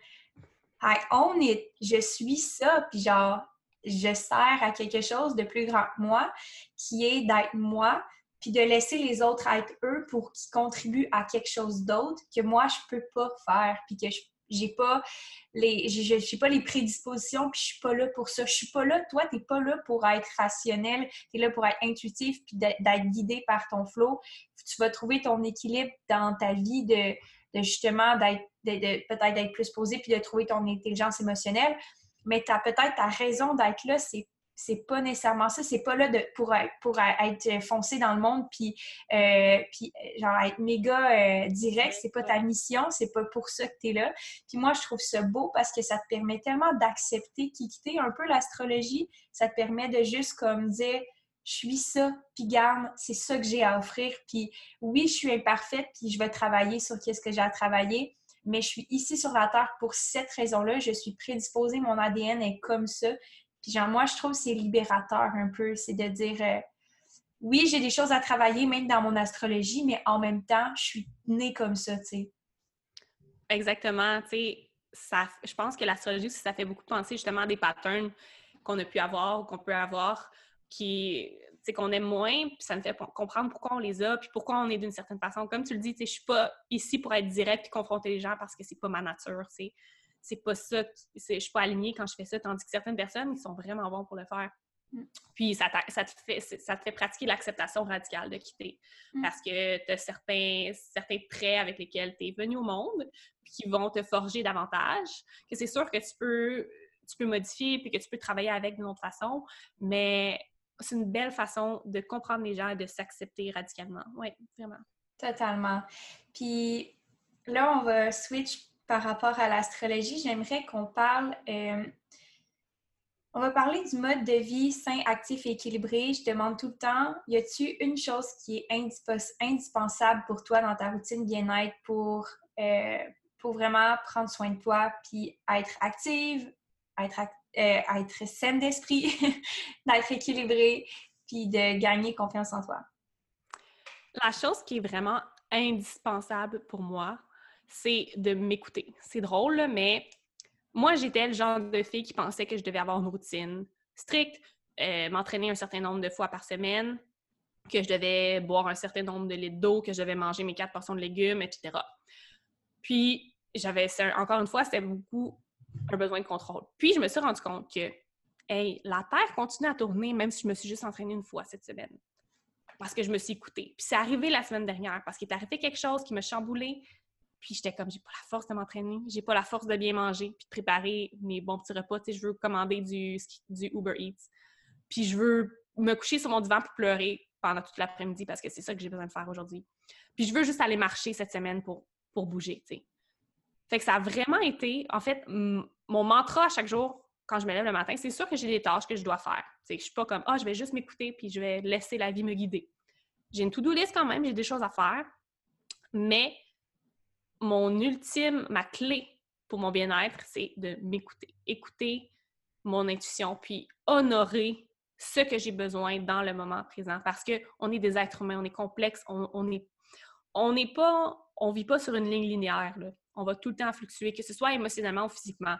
Speaker 1: I own it, je suis ça, puis genre, je sers à quelque chose de plus grand que moi, qui est d'être moi, puis de laisser les autres être eux pour qu'ils contribuent à quelque chose d'autre que moi, je peux pas faire, puis que je j'ai pas les j'ai, j'ai pas les prédispositions, puis je suis pas là pour ça. Je suis pas là, toi, t'es pas là pour être rationnel, t'es là pour être intuitif, puis d'être guidé par ton flow. Tu vas trouver ton équilibre dans ta vie de de justement d'être, de, de, peut-être d'être plus posé puis de trouver ton intelligence émotionnelle. Mais tu as peut-être ta raison d'être là, c'est, c'est pas nécessairement ça. C'est pas là de, pour, pour être foncé dans le monde puis, euh, puis genre être méga euh, direct. C'est pas ta mission, c'est pas pour ça que tu es là. Puis moi, je trouve ça beau parce que ça te permet tellement d'accepter, quitter un peu l'astrologie. Ça te permet de juste comme dire je suis ça, puis garde, c'est ça que j'ai à offrir. Puis oui, je suis imparfaite, puis je vais travailler sur qu'est-ce que j'ai à travailler, mais je suis ici sur la Terre pour cette raison-là. Je suis prédisposée, mon A D N est comme ça. Puis genre, moi, je trouve que c'est libérateur un peu, c'est de dire, euh, oui, j'ai des choses à travailler, même dans mon astrologie, mais en même temps, je suis née comme ça, tu sais.
Speaker 2: Exactement, tu sais, ça, je pense que l'astrologie, ça fait beaucoup penser justement à des patterns qu'on a pu avoir ou qu'on peut avoir qui, tu sais, qu'on aime moins, puis ça nous fait comprendre pourquoi on les a, puis pourquoi on est d'une certaine façon. Comme tu le dis, tu sais, je suis pas ici pour être direct puis confronter les gens parce que c'est pas ma nature, tu sais. C'est pas ça, c'est, je suis pas alignée quand je fais ça, tandis que certaines personnes, ils sont vraiment bons pour le faire. Mm. Puis ça, ça, te fait, ça te fait pratiquer l'acceptation radicale de quitter. Mm. Parce que tu as certains, certains traits avec lesquels tu es venu au monde, puis qui vont te forger davantage, que c'est sûr que tu peux, tu peux modifier, puis que tu peux travailler avec d'une autre façon, mais c'est une belle façon de comprendre les gens et de s'accepter radicalement. Oui, vraiment.
Speaker 1: Totalement. Puis là, on va switch par rapport à l'astrologie. J'aimerais qu'on parle... Euh, on va parler du mode de vie sain, actif et équilibré. Je demande tout le temps, y a-t-il une chose qui est indispensable pour toi dans ta routine bien-être pour, euh, pour vraiment prendre soin de toi, puis être active, être, ac- euh, être saine d'esprit, d'être équilibrée, puis de gagner confiance en toi.
Speaker 2: La chose qui est vraiment indispensable pour moi, c'est de m'écouter. C'est drôle, là, mais moi, j'étais le genre de fille qui pensait que je devais avoir une routine stricte, euh, m'entraîner un certain nombre de fois par semaine, que je devais boire un certain nombre de litres d'eau, que je devais manger mes quatre portions de légumes, et cetera. Puis, j'avais, encore une fois, c'était beaucoup un besoin de contrôle. Puis, je me suis rendu compte que, hey, la Terre continue à tourner, même si je me suis juste entraînée une fois cette semaine. Parce que je me suis écoutée. Puis, c'est arrivé la semaine dernière, parce qu'il est arrivé quelque chose qui m'a chamboulée. Puis, j'étais comme, j'ai pas la force de m'entraîner, j'ai pas la force de bien manger, puis de préparer mes bons petits repas. Tu sais, je veux commander du, du Uber Eats. Puis, je veux me coucher sur mon divan pour pleurer pendant toute l'après-midi parce que c'est ça que j'ai besoin de faire aujourd'hui. Puis, je veux juste aller marcher cette semaine pour, pour bouger, tu sais. Fait que ça a vraiment été, en fait, m- mon mantra à chaque jour, quand je me lève le matin, c'est sûr que j'ai des tâches que je dois faire. Tu sais, je suis pas comme, ah, oh, je vais juste m'écouter puis je vais laisser la vie me guider. J'ai une to-do list quand même, j'ai des choses à faire, mais mon ultime, ma clé pour mon bien-être, c'est de m'écouter. Écouter mon intuition, puis honorer ce que j'ai besoin dans le moment présent. Parce qu'on est des êtres humains, on est complexes, on, on est, on n'est pas, on vit pas sur une ligne linéaire, là. On va tout le temps fluctuer, que ce soit émotionnellement ou physiquement.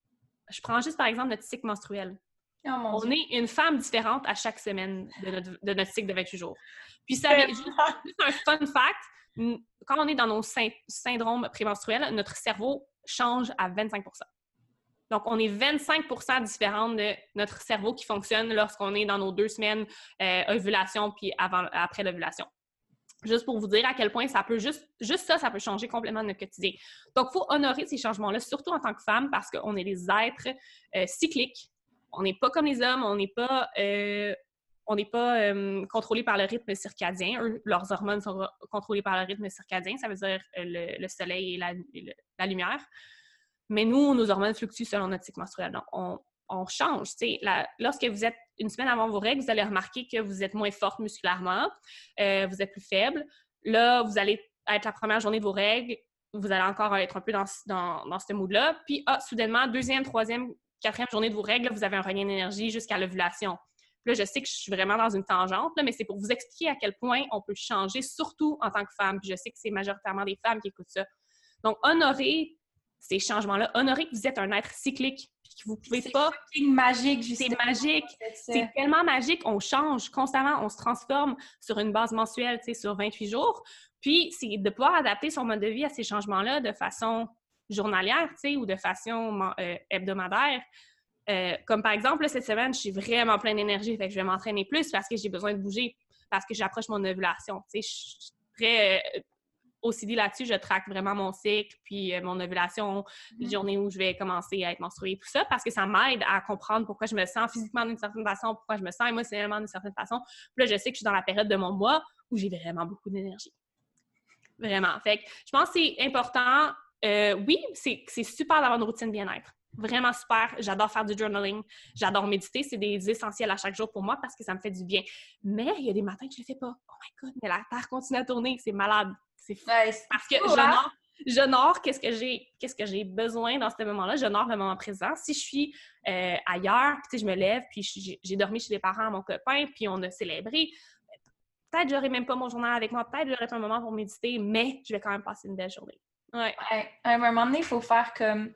Speaker 2: Je prends juste par exemple notre cycle menstruel.
Speaker 1: Oh mon
Speaker 2: On
Speaker 1: Dieu.
Speaker 2: est une femme différente à chaque semaine de notre, de notre cycle de vingt-huit jours. Puis ça avait juste, juste un fun fact, quand on est dans nos sy- syndromes prémenstruels, notre cerveau change à vingt-cinq pour cent. Donc, on est vingt-cinq pour cent différente de notre cerveau qui fonctionne lorsqu'on est dans nos deux semaines euh, ovulation puis avant, après l'ovulation. Juste pour vous dire à quel point ça peut juste, juste ça, ça peut changer complètement notre quotidien. Donc, il faut honorer ces changements-là, surtout en tant que femme, parce qu'on est des êtres euh, cycliques. On n'est pas comme les hommes, on n'est pas, euh, on n'est pas euh, contrôlé par le rythme circadien. Eux, leurs hormones sont contrôlées par le rythme circadien, ça veut dire euh, le, le soleil et la, le, la lumière. Mais nous, nos hormones fluctuent selon notre cycle menstruel. Donc, on, on change. La, lorsque vous êtes une semaine avant vos règles, vous allez remarquer que vous êtes moins forte musculairement, euh, vous êtes plus faible. Là, vous allez être la première journée de vos règles, vous allez encore être un peu dans, dans, dans ce mood-là. Puis, ah, soudainement, deuxième, troisième, quatrième journée de vos règles, vous avez un regain d'énergie jusqu'à l'ovulation. Là, je sais que je suis vraiment dans une tangente, là, mais c'est pour vous expliquer à quel point on peut changer, surtout en tant que femme. Puis je sais que c'est majoritairement des femmes qui écoutent ça. Donc, honorer ces changements-là, honorer que vous êtes un être cyclique, puis que vous pouvez
Speaker 1: c'est
Speaker 2: pas...
Speaker 1: C'est magique, justement.
Speaker 2: C'est magique. C'est tellement magique. On change constamment, on se transforme sur une base mensuelle, tu sais, sur vingt-huit jours. Puis, c'est de pouvoir adapter son mode de vie à ces changements-là de façon journalière, tu sais, ou de façon euh, hebdomadaire. Euh, comme par exemple, là, cette semaine, je suis vraiment pleine d'énergie, fait que je vais m'entraîner plus parce que j'ai besoin de bouger, parce que j'approche mon ovulation. Tu sais, je suis très euh, O C D là-dessus, je traque vraiment mon cycle, puis euh, mon ovulation, les journées où je vais commencer à être menstruée, tout ça, parce que ça m'aide à comprendre pourquoi je me sens physiquement d'une certaine façon, pourquoi je me sens émotionnellement d'une certaine façon. Puis là, je sais que je suis dans la période de mon mois où j'ai vraiment beaucoup d'énergie. Vraiment. Fait que je pense que c'est important. Euh, oui, c'est, c'est super d'avoir une routine bien-être. Vraiment super. J'adore faire du journaling. J'adore méditer. C'est des essentiels à chaque jour pour moi parce que ça me fait du bien. Mais il y a des matins que je ne le fais pas. Oh my God, mais la Terre continue à tourner. C'est malade. C'est fou.
Speaker 1: Ouais, c'est
Speaker 2: parce que
Speaker 1: fou,
Speaker 2: j'honore,
Speaker 1: hein?
Speaker 2: j'honore qu'est-ce que j'ai, qu'est-ce que j'ai besoin dans ce moment-là. J'honore le moment présent. Si je suis euh, ailleurs, puis je me lève, puis j'ai, j'ai dormi chez les parents à mon copain, puis on a célébré, peut-être j'aurai même pas mon journal avec moi, peut-être j'aurai pas un moment pour méditer, mais je vais quand même passer une belle journée. Ouais.
Speaker 1: Ouais. À un moment donné, il faut faire comme...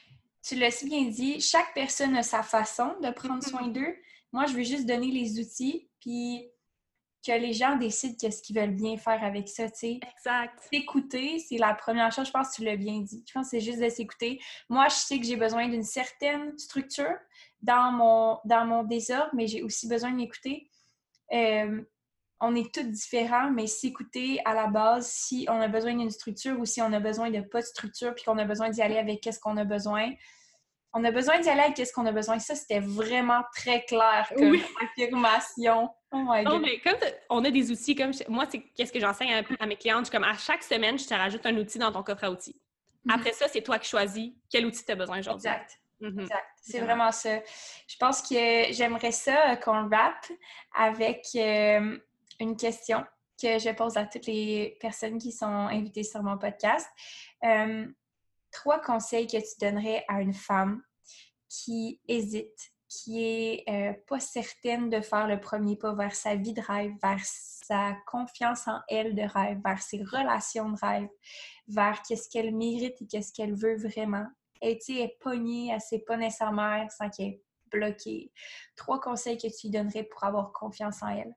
Speaker 1: Tu l'as si bien dit, chaque personne a sa façon de prendre
Speaker 2: Mm-hmm.
Speaker 1: soin d'eux. Moi, je veux juste donner les outils, puis que les gens décident qu'est-ce qu'ils veulent bien faire avec ça, tu sais.
Speaker 2: Exact.
Speaker 1: S'écouter, c'est la première chose, je pense que tu l'as bien dit. Je pense que c'est juste de s'écouter. Moi, je sais que j'ai besoin d'une certaine structure dans mon, dans mon désordre, mais j'ai aussi besoin de m'écouter. Euh, on est tous différents, mais s'écouter à la base, si on a besoin d'une structure ou si on a besoin de pas de structure puis qu'on a besoin d'y aller avec qu'est-ce qu'on a besoin, on a besoin d'y aller avec qu'est-ce qu'on a besoin. Ça, c'était vraiment très clair comme
Speaker 2: oui.
Speaker 1: affirmation. Oh my God.
Speaker 2: Non, mais comme on a des outils, comme je, moi, c'est qu'est-ce que j'enseigne à, à mes clientes, je, comme à chaque semaine, je te rajoute un outil dans ton coffre à outils. Mm-hmm. Après ça, c'est toi qui choisis quel outil tu as besoin aujourd'hui.
Speaker 1: Exact. Mm-hmm. Exact. C'est
Speaker 2: vraiment.
Speaker 1: vraiment ça. Je pense que j'aimerais ça qu'on rappe avec euh, une question que je pose à toutes les personnes qui sont invitées sur mon podcast. Euh, trois conseils que tu donnerais à une femme qui hésite, qui est euh, pas certaine de faire le premier pas vers sa vie de rêve, vers sa confiance en elle de rêve, vers ses relations de rêve, vers qu'est-ce qu'elle mérite et qu'est-ce qu'elle veut vraiment. Elle, tu sais, est pognée, elle sait pas nécessairement, elle sent qu'elle est bloquée. Trois conseils que tu lui donnerais pour avoir confiance en elle.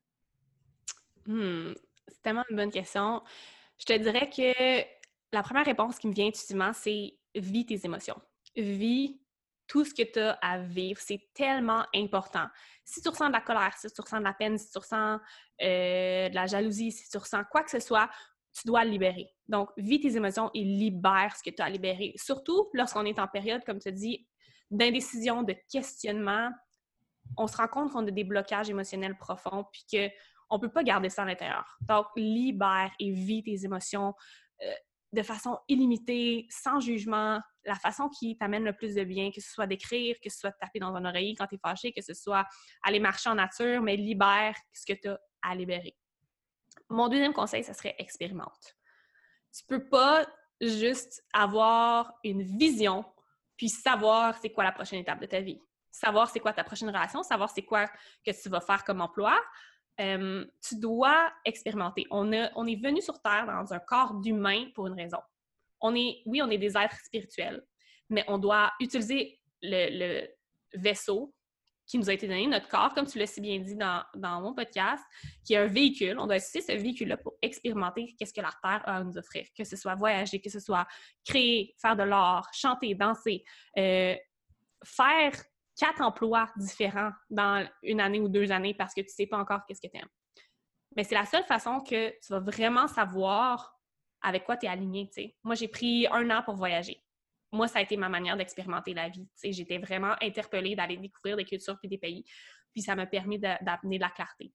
Speaker 2: Hmm, c'est tellement une bonne question. Je te dirais que la première réponse qui me vient intuitivement, c'est vis tes émotions. Vis tout ce que tu as à vivre. C'est tellement important. Si tu ressens de la colère, si tu ressens de la peine, si tu ressens euh, de la jalousie, si tu ressens quoi que ce soit, tu dois le libérer. Donc, vis tes émotions et libère ce que tu as à libérer. Surtout lorsqu'on est en période, comme tu dis, d'indécision, de questionnement, on se rend compte qu'on a des blocages émotionnels profonds puis que on ne peut pas garder ça à l'intérieur. Donc, libère et vis tes émotions euh, de façon illimitée, sans jugement, la façon qui t'amène le plus de bien, que ce soit d'écrire, que ce soit de taper dans un oreiller quand tu es fâché, que ce soit aller marcher en nature, mais libère ce que tu as à libérer. Mon deuxième conseil, ça serait expérimente. Tu ne peux pas juste avoir une vision puis savoir c'est quoi la prochaine étape de ta vie. Savoir c'est quoi ta prochaine relation, savoir c'est quoi que tu vas faire comme emploi. Euh, tu dois expérimenter. On, a, on est venu sur Terre dans un corps d'humain pour une raison. On est, oui, on est des êtres spirituels, mais on doit utiliser le, le vaisseau qui nous a été donné, notre corps, comme tu l'as si bien dit dans, dans mon podcast, qui est un véhicule. On doit utiliser ce véhicule-là pour expérimenter qu'est-ce que la Terre a à nous offrir, que ce soit voyager, que ce soit créer, faire de l'art, chanter, danser, euh, faire quatre emplois différents dans une année ou deux années parce que tu ne sais pas encore qu'est-ce que tu aimes. Mais c'est la seule façon que tu vas vraiment savoir avec quoi tu es aligné, tu sais. Moi, j'ai pris un an pour voyager. Moi, ça a été ma manière d'expérimenter la vie. Tu sais, j'étais vraiment interpellée d'aller découvrir des cultures puis des pays. Puis ça m'a permis de, d'amener de la clarté.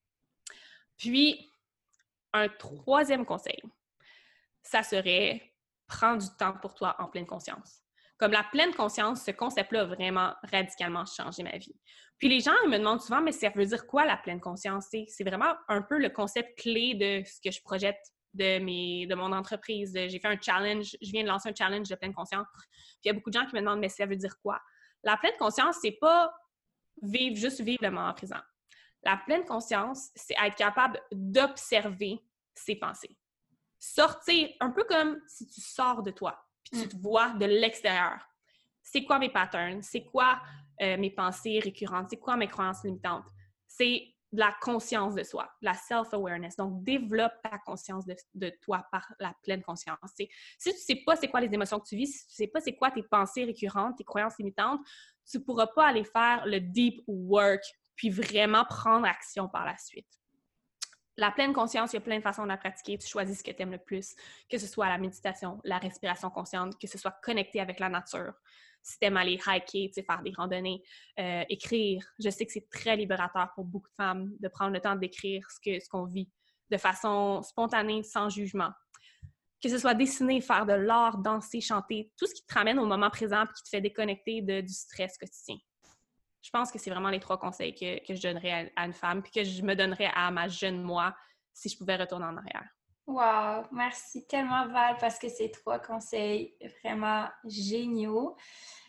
Speaker 2: Puis, un troisième conseil, ça serait prendre du temps pour toi en pleine conscience. Comme la pleine conscience, ce concept-là a vraiment radicalement changé ma vie. Puis les gens ils me demandent souvent, mais ça veut dire quoi la pleine conscience? C'est vraiment un peu le concept clé de ce que je projette de, mes, de mon entreprise. J'ai fait un challenge, je viens de lancer un challenge de pleine conscience. Puis il y a beaucoup de gens qui me demandent, mais ça veut dire quoi? La pleine conscience, c'est pas vivre, juste vivre le moment présent. La pleine conscience, c'est être capable d'observer ses pensées. Sortir, un peu comme si tu sors de toi, puis tu te vois de l'extérieur. C'est quoi mes patterns? C'est quoi euh, mes pensées récurrentes? C'est quoi mes croyances limitantes? C'est de la conscience de soi, de la self-awareness. Donc, développe ta conscience de, de toi par la pleine conscience. C'est, si tu ne sais pas c'est quoi les émotions que tu vis, si tu ne sais pas c'est quoi tes pensées récurrentes, tes croyances limitantes, tu ne pourras pas aller faire le deep work puis vraiment prendre action par la suite. La pleine conscience, il y a plein de façons de la pratiquer. Tu choisis ce que tu aimes le plus, que ce soit la méditation, la respiration consciente, que ce soit connecté avec la nature. Si tu aimes aller hiker, faire des randonnées, euh, écrire. Je sais que c'est très libérateur pour beaucoup de femmes de prendre le temps d'écrire ce, que, ce qu'on vit de façon spontanée, sans jugement. Que ce soit dessiner, faire de l'art, danser, chanter, tout ce qui te ramène au moment présent et qui te fait déconnecter de, du stress quotidien. Je pense que c'est vraiment les trois conseils que, que je donnerais à, à une femme puis que je me donnerais à ma jeune moi si je pouvais retourner en arrière.
Speaker 1: Wow! Merci tellement, Val, parce que c'est trois conseils vraiment géniaux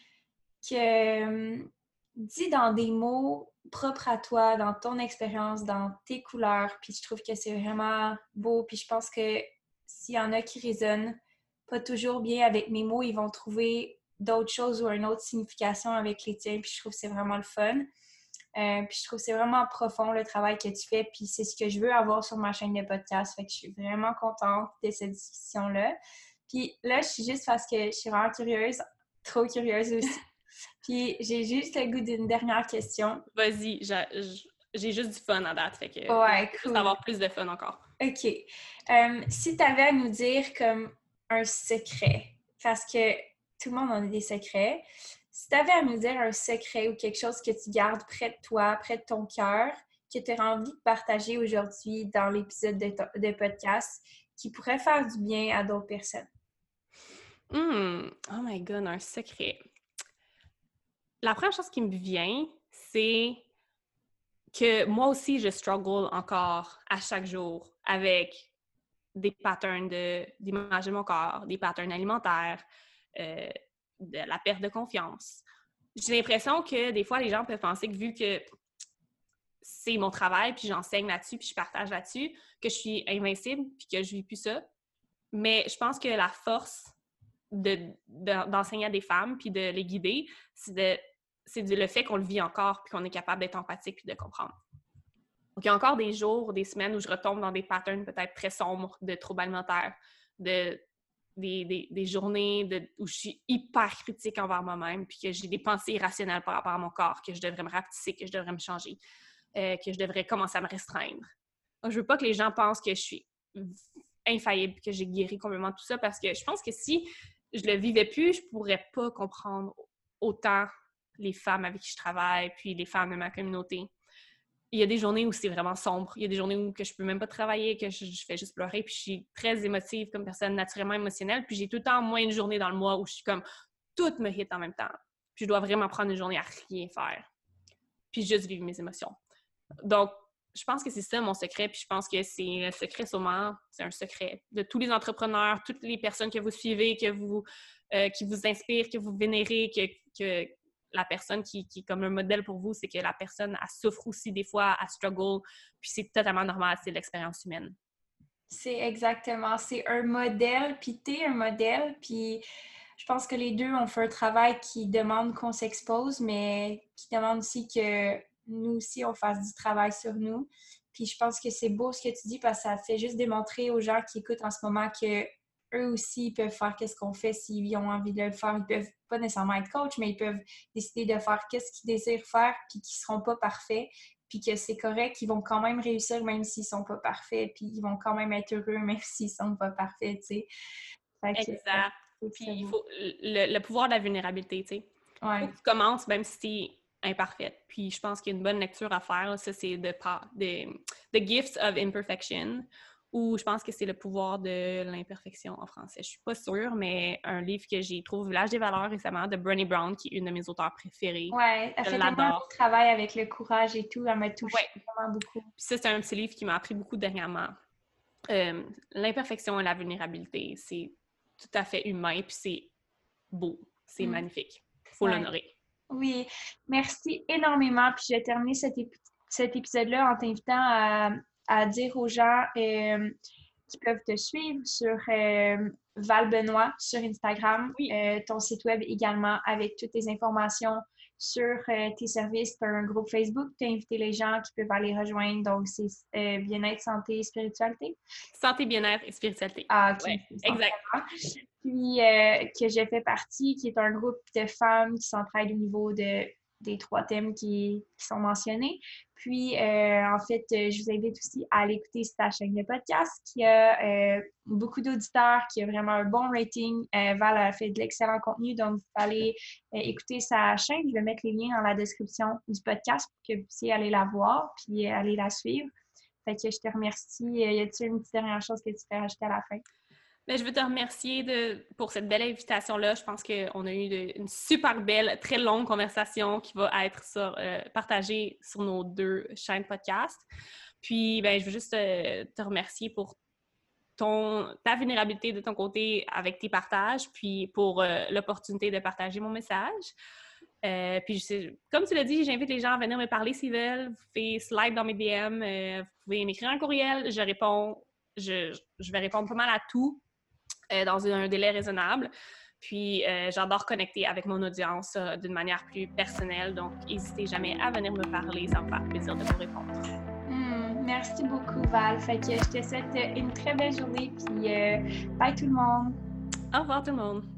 Speaker 1: que euh, dis dans des mots propres à toi, dans ton expérience, dans tes couleurs, puis je trouve que c'est vraiment beau, puis je pense que s'il y en a qui résonnent pas toujours bien avec mes mots, ils vont trouver d'autres choses ou une autre signification avec les tiens, puis je trouve que c'est vraiment le fun. Euh, puis je trouve que c'est vraiment profond le travail que tu fais, puis c'est ce que je veux avoir sur ma chaîne de podcast. Fait que je suis vraiment contente de cette discussion-là. Puis là, je suis juste parce que je suis vraiment curieuse, trop curieuse aussi. Puis j'ai juste le goût d'une dernière question.
Speaker 2: Vas-y, j'ai, j'ai juste du fun à date, fait que
Speaker 1: Ouais,
Speaker 2: cool. Juste
Speaker 1: cool.
Speaker 2: avoir plus de fun encore.
Speaker 1: OK. Euh, si tu avais à nous dire comme un secret, parce que tout le monde en a des secrets, si tu avais à nous dire un secret ou quelque chose que tu gardes près de toi, près de ton cœur, que tu aurais envie de partager aujourd'hui dans l'épisode de, to- de podcast, qui pourrait faire du bien à d'autres personnes.
Speaker 2: Mm. Oh my God, un secret. La première chose qui me vient, c'est que moi aussi, je struggle encore à chaque jour avec des patterns de, d'image de mon corps, des patterns alimentaires, euh, de la perte de confiance. J'ai l'impression que des fois, les gens peuvent penser que vu que c'est mon travail, puis j'enseigne là-dessus, puis je partage là-dessus, que je suis invincible, puis que je vis plus ça. Mais je pense que la force de, de, d'enseigner à des femmes, puis de les guider, c'est, de, c'est de, le fait qu'on le vit encore, puis qu'on est capable d'être empathique, puis de comprendre. Donc, il y a encore des jours, des semaines où je retombe dans des patterns peut-être très sombres de troubles alimentaires, de, des, des, des journées de, où je suis hyper critique envers moi-même, puis que j'ai des pensées irrationnelles par rapport à mon corps, que je devrais me rapetisser, que je devrais me changer, euh, que je devrais commencer à me restreindre. Donc, je veux pas que les gens pensent que je suis infaillible, que j'ai guéri complètement tout ça, parce que je pense que si je le vivais plus, je pourrais pas comprendre autant les femmes avec qui je travaille, puis les femmes de ma communauté. Il y a des journées où c'est vraiment sombre. Il y a des journées où que je peux même pas travailler, que je, je fais juste pleurer, puis je suis très émotive comme personne, naturellement émotionnelle, puis j'ai tout le temps moins une journée dans le mois où je suis comme, tout me hit en même temps. Puis je dois vraiment prendre une journée à rien faire, puis juste vivre mes émotions. Donc, je pense que c'est ça mon secret, puis je pense que c'est un secret sûrement, c'est un secret de tous les entrepreneurs, toutes les personnes que vous suivez, que vous, euh, qui vous inspirent, que vous vénérez, que, que la personne qui, qui est comme un modèle pour vous, c'est que la personne, elle souffre aussi des fois, elle struggle, puis c'est totalement normal, c'est l'expérience humaine.
Speaker 1: C'est exactement, c'est un modèle, puis t'es un modèle, puis je pense que les deux ont fait un travail qui demande qu'on s'expose, mais qui demande aussi que nous aussi, on fasse du travail sur nous. Puis je pense que c'est beau ce que tu dis parce que ça fait juste démontrer aux gens qui écoutent en ce moment que eux aussi, ils peuvent faire qu'est-ce qu'on fait s'ils ont envie de le faire. Ils peuvent pas nécessairement être coach, mais ils peuvent décider de faire qu'est-ce qu'ils désirent faire puis qu'ils seront pas parfaits. Puis que c'est correct, qu'ils vont quand même réussir même s'ils sont pas parfaits. Puis ils vont quand même être heureux même s'ils sont pas parfaits, tu sais. Fait que,
Speaker 2: exact.
Speaker 1: euh,
Speaker 2: Puis il faut le, le pouvoir de la vulnérabilité, tu sais.
Speaker 1: Ouais.
Speaker 2: Faut que tu commences même si t'es imparfaite. Puis je pense qu'il y a une bonne lecture à faire, là, ça c'est de, de The Gifts of Imperfection, ou je pense que c'est Le pouvoir de l'imperfection en français. Je suis pas sûre, mais un livre que j'ai trouvé, Village des valeurs récemment, de Brené Brown, qui est une de mes auteurs préférées.
Speaker 1: Ouais, elle
Speaker 2: je
Speaker 1: fait
Speaker 2: l'adore.
Speaker 1: tellement de travail avec le courage et tout, elle m'a touchée
Speaker 2: ouais.
Speaker 1: vraiment beaucoup.
Speaker 2: Puis ça, c'est un petit livre qui m'a appris beaucoup dernièrement. Euh, l'imperfection et la vulnérabilité, c'est tout à fait humain, puis c'est beau, c'est mm. magnifique. Il faut ouais. l'honorer.
Speaker 1: Oui, merci énormément. Puis je vais terminer cet, ép- cet épisode-là en t'invitant à, à dire aux gens euh, qui peuvent te suivre sur euh, Val Benoît sur Instagram,
Speaker 2: oui.
Speaker 1: euh, ton site web également avec toutes tes informations sur euh, tes services. Tu as un groupe Facebook, tu as invité les gens qui peuvent aller rejoindre. Donc, c'est euh, bien-être, santé, spiritualité.
Speaker 2: Santé, bien-être et spiritualité.
Speaker 1: Ah, ok.
Speaker 2: Ouais, exact.
Speaker 1: Puis, euh, que j'ai fait partie, qui est un groupe de femmes qui s'entraident au niveau de, des trois thèmes qui, qui sont mentionnés. Puis, euh, en fait, je vous invite aussi à aller écouter ta chaîne de podcast qui a euh, beaucoup d'auditeurs, qui a vraiment un bon rating. Euh, Val a fait de l'excellent contenu, donc vous pouvez aller euh, écouter sa chaîne. Je vais mettre les liens dans la description du podcast pour que vous puissiez aller la voir puis aller la suivre. Fait que je te remercie. Y a-t-il une petite dernière chose que tu peux rajouter à la fin?
Speaker 2: Bien, je veux te remercier de, pour cette belle invitation-là. Je pense qu'on a eu de, une super belle, très longue conversation qui va être sur, euh, partagée sur nos deux chaînes podcast. Puis, ben, je veux juste euh, te remercier pour ton, ta vulnérabilité de ton côté avec tes partages, puis pour euh, l'opportunité de partager mon message. Euh, puis, je, comme tu l'as dit, j'invite les gens à venir me parler s'ils veulent. Vous pouvez slide dans mes D M, euh, vous pouvez m'écrire un courriel, je réponds, je, je vais répondre pas mal à tout. Euh, dans un délai raisonnable. Puis, euh, j'adore connecter avec mon audience euh, d'une manière plus personnelle. Donc, n'hésitez jamais à venir me parler. Ça me fait plaisir de vous répondre.
Speaker 1: Mmh, merci beaucoup, Val. Fait que je te souhaite une très belle journée. Puis, euh, bye tout le monde.
Speaker 2: Au revoir tout le monde.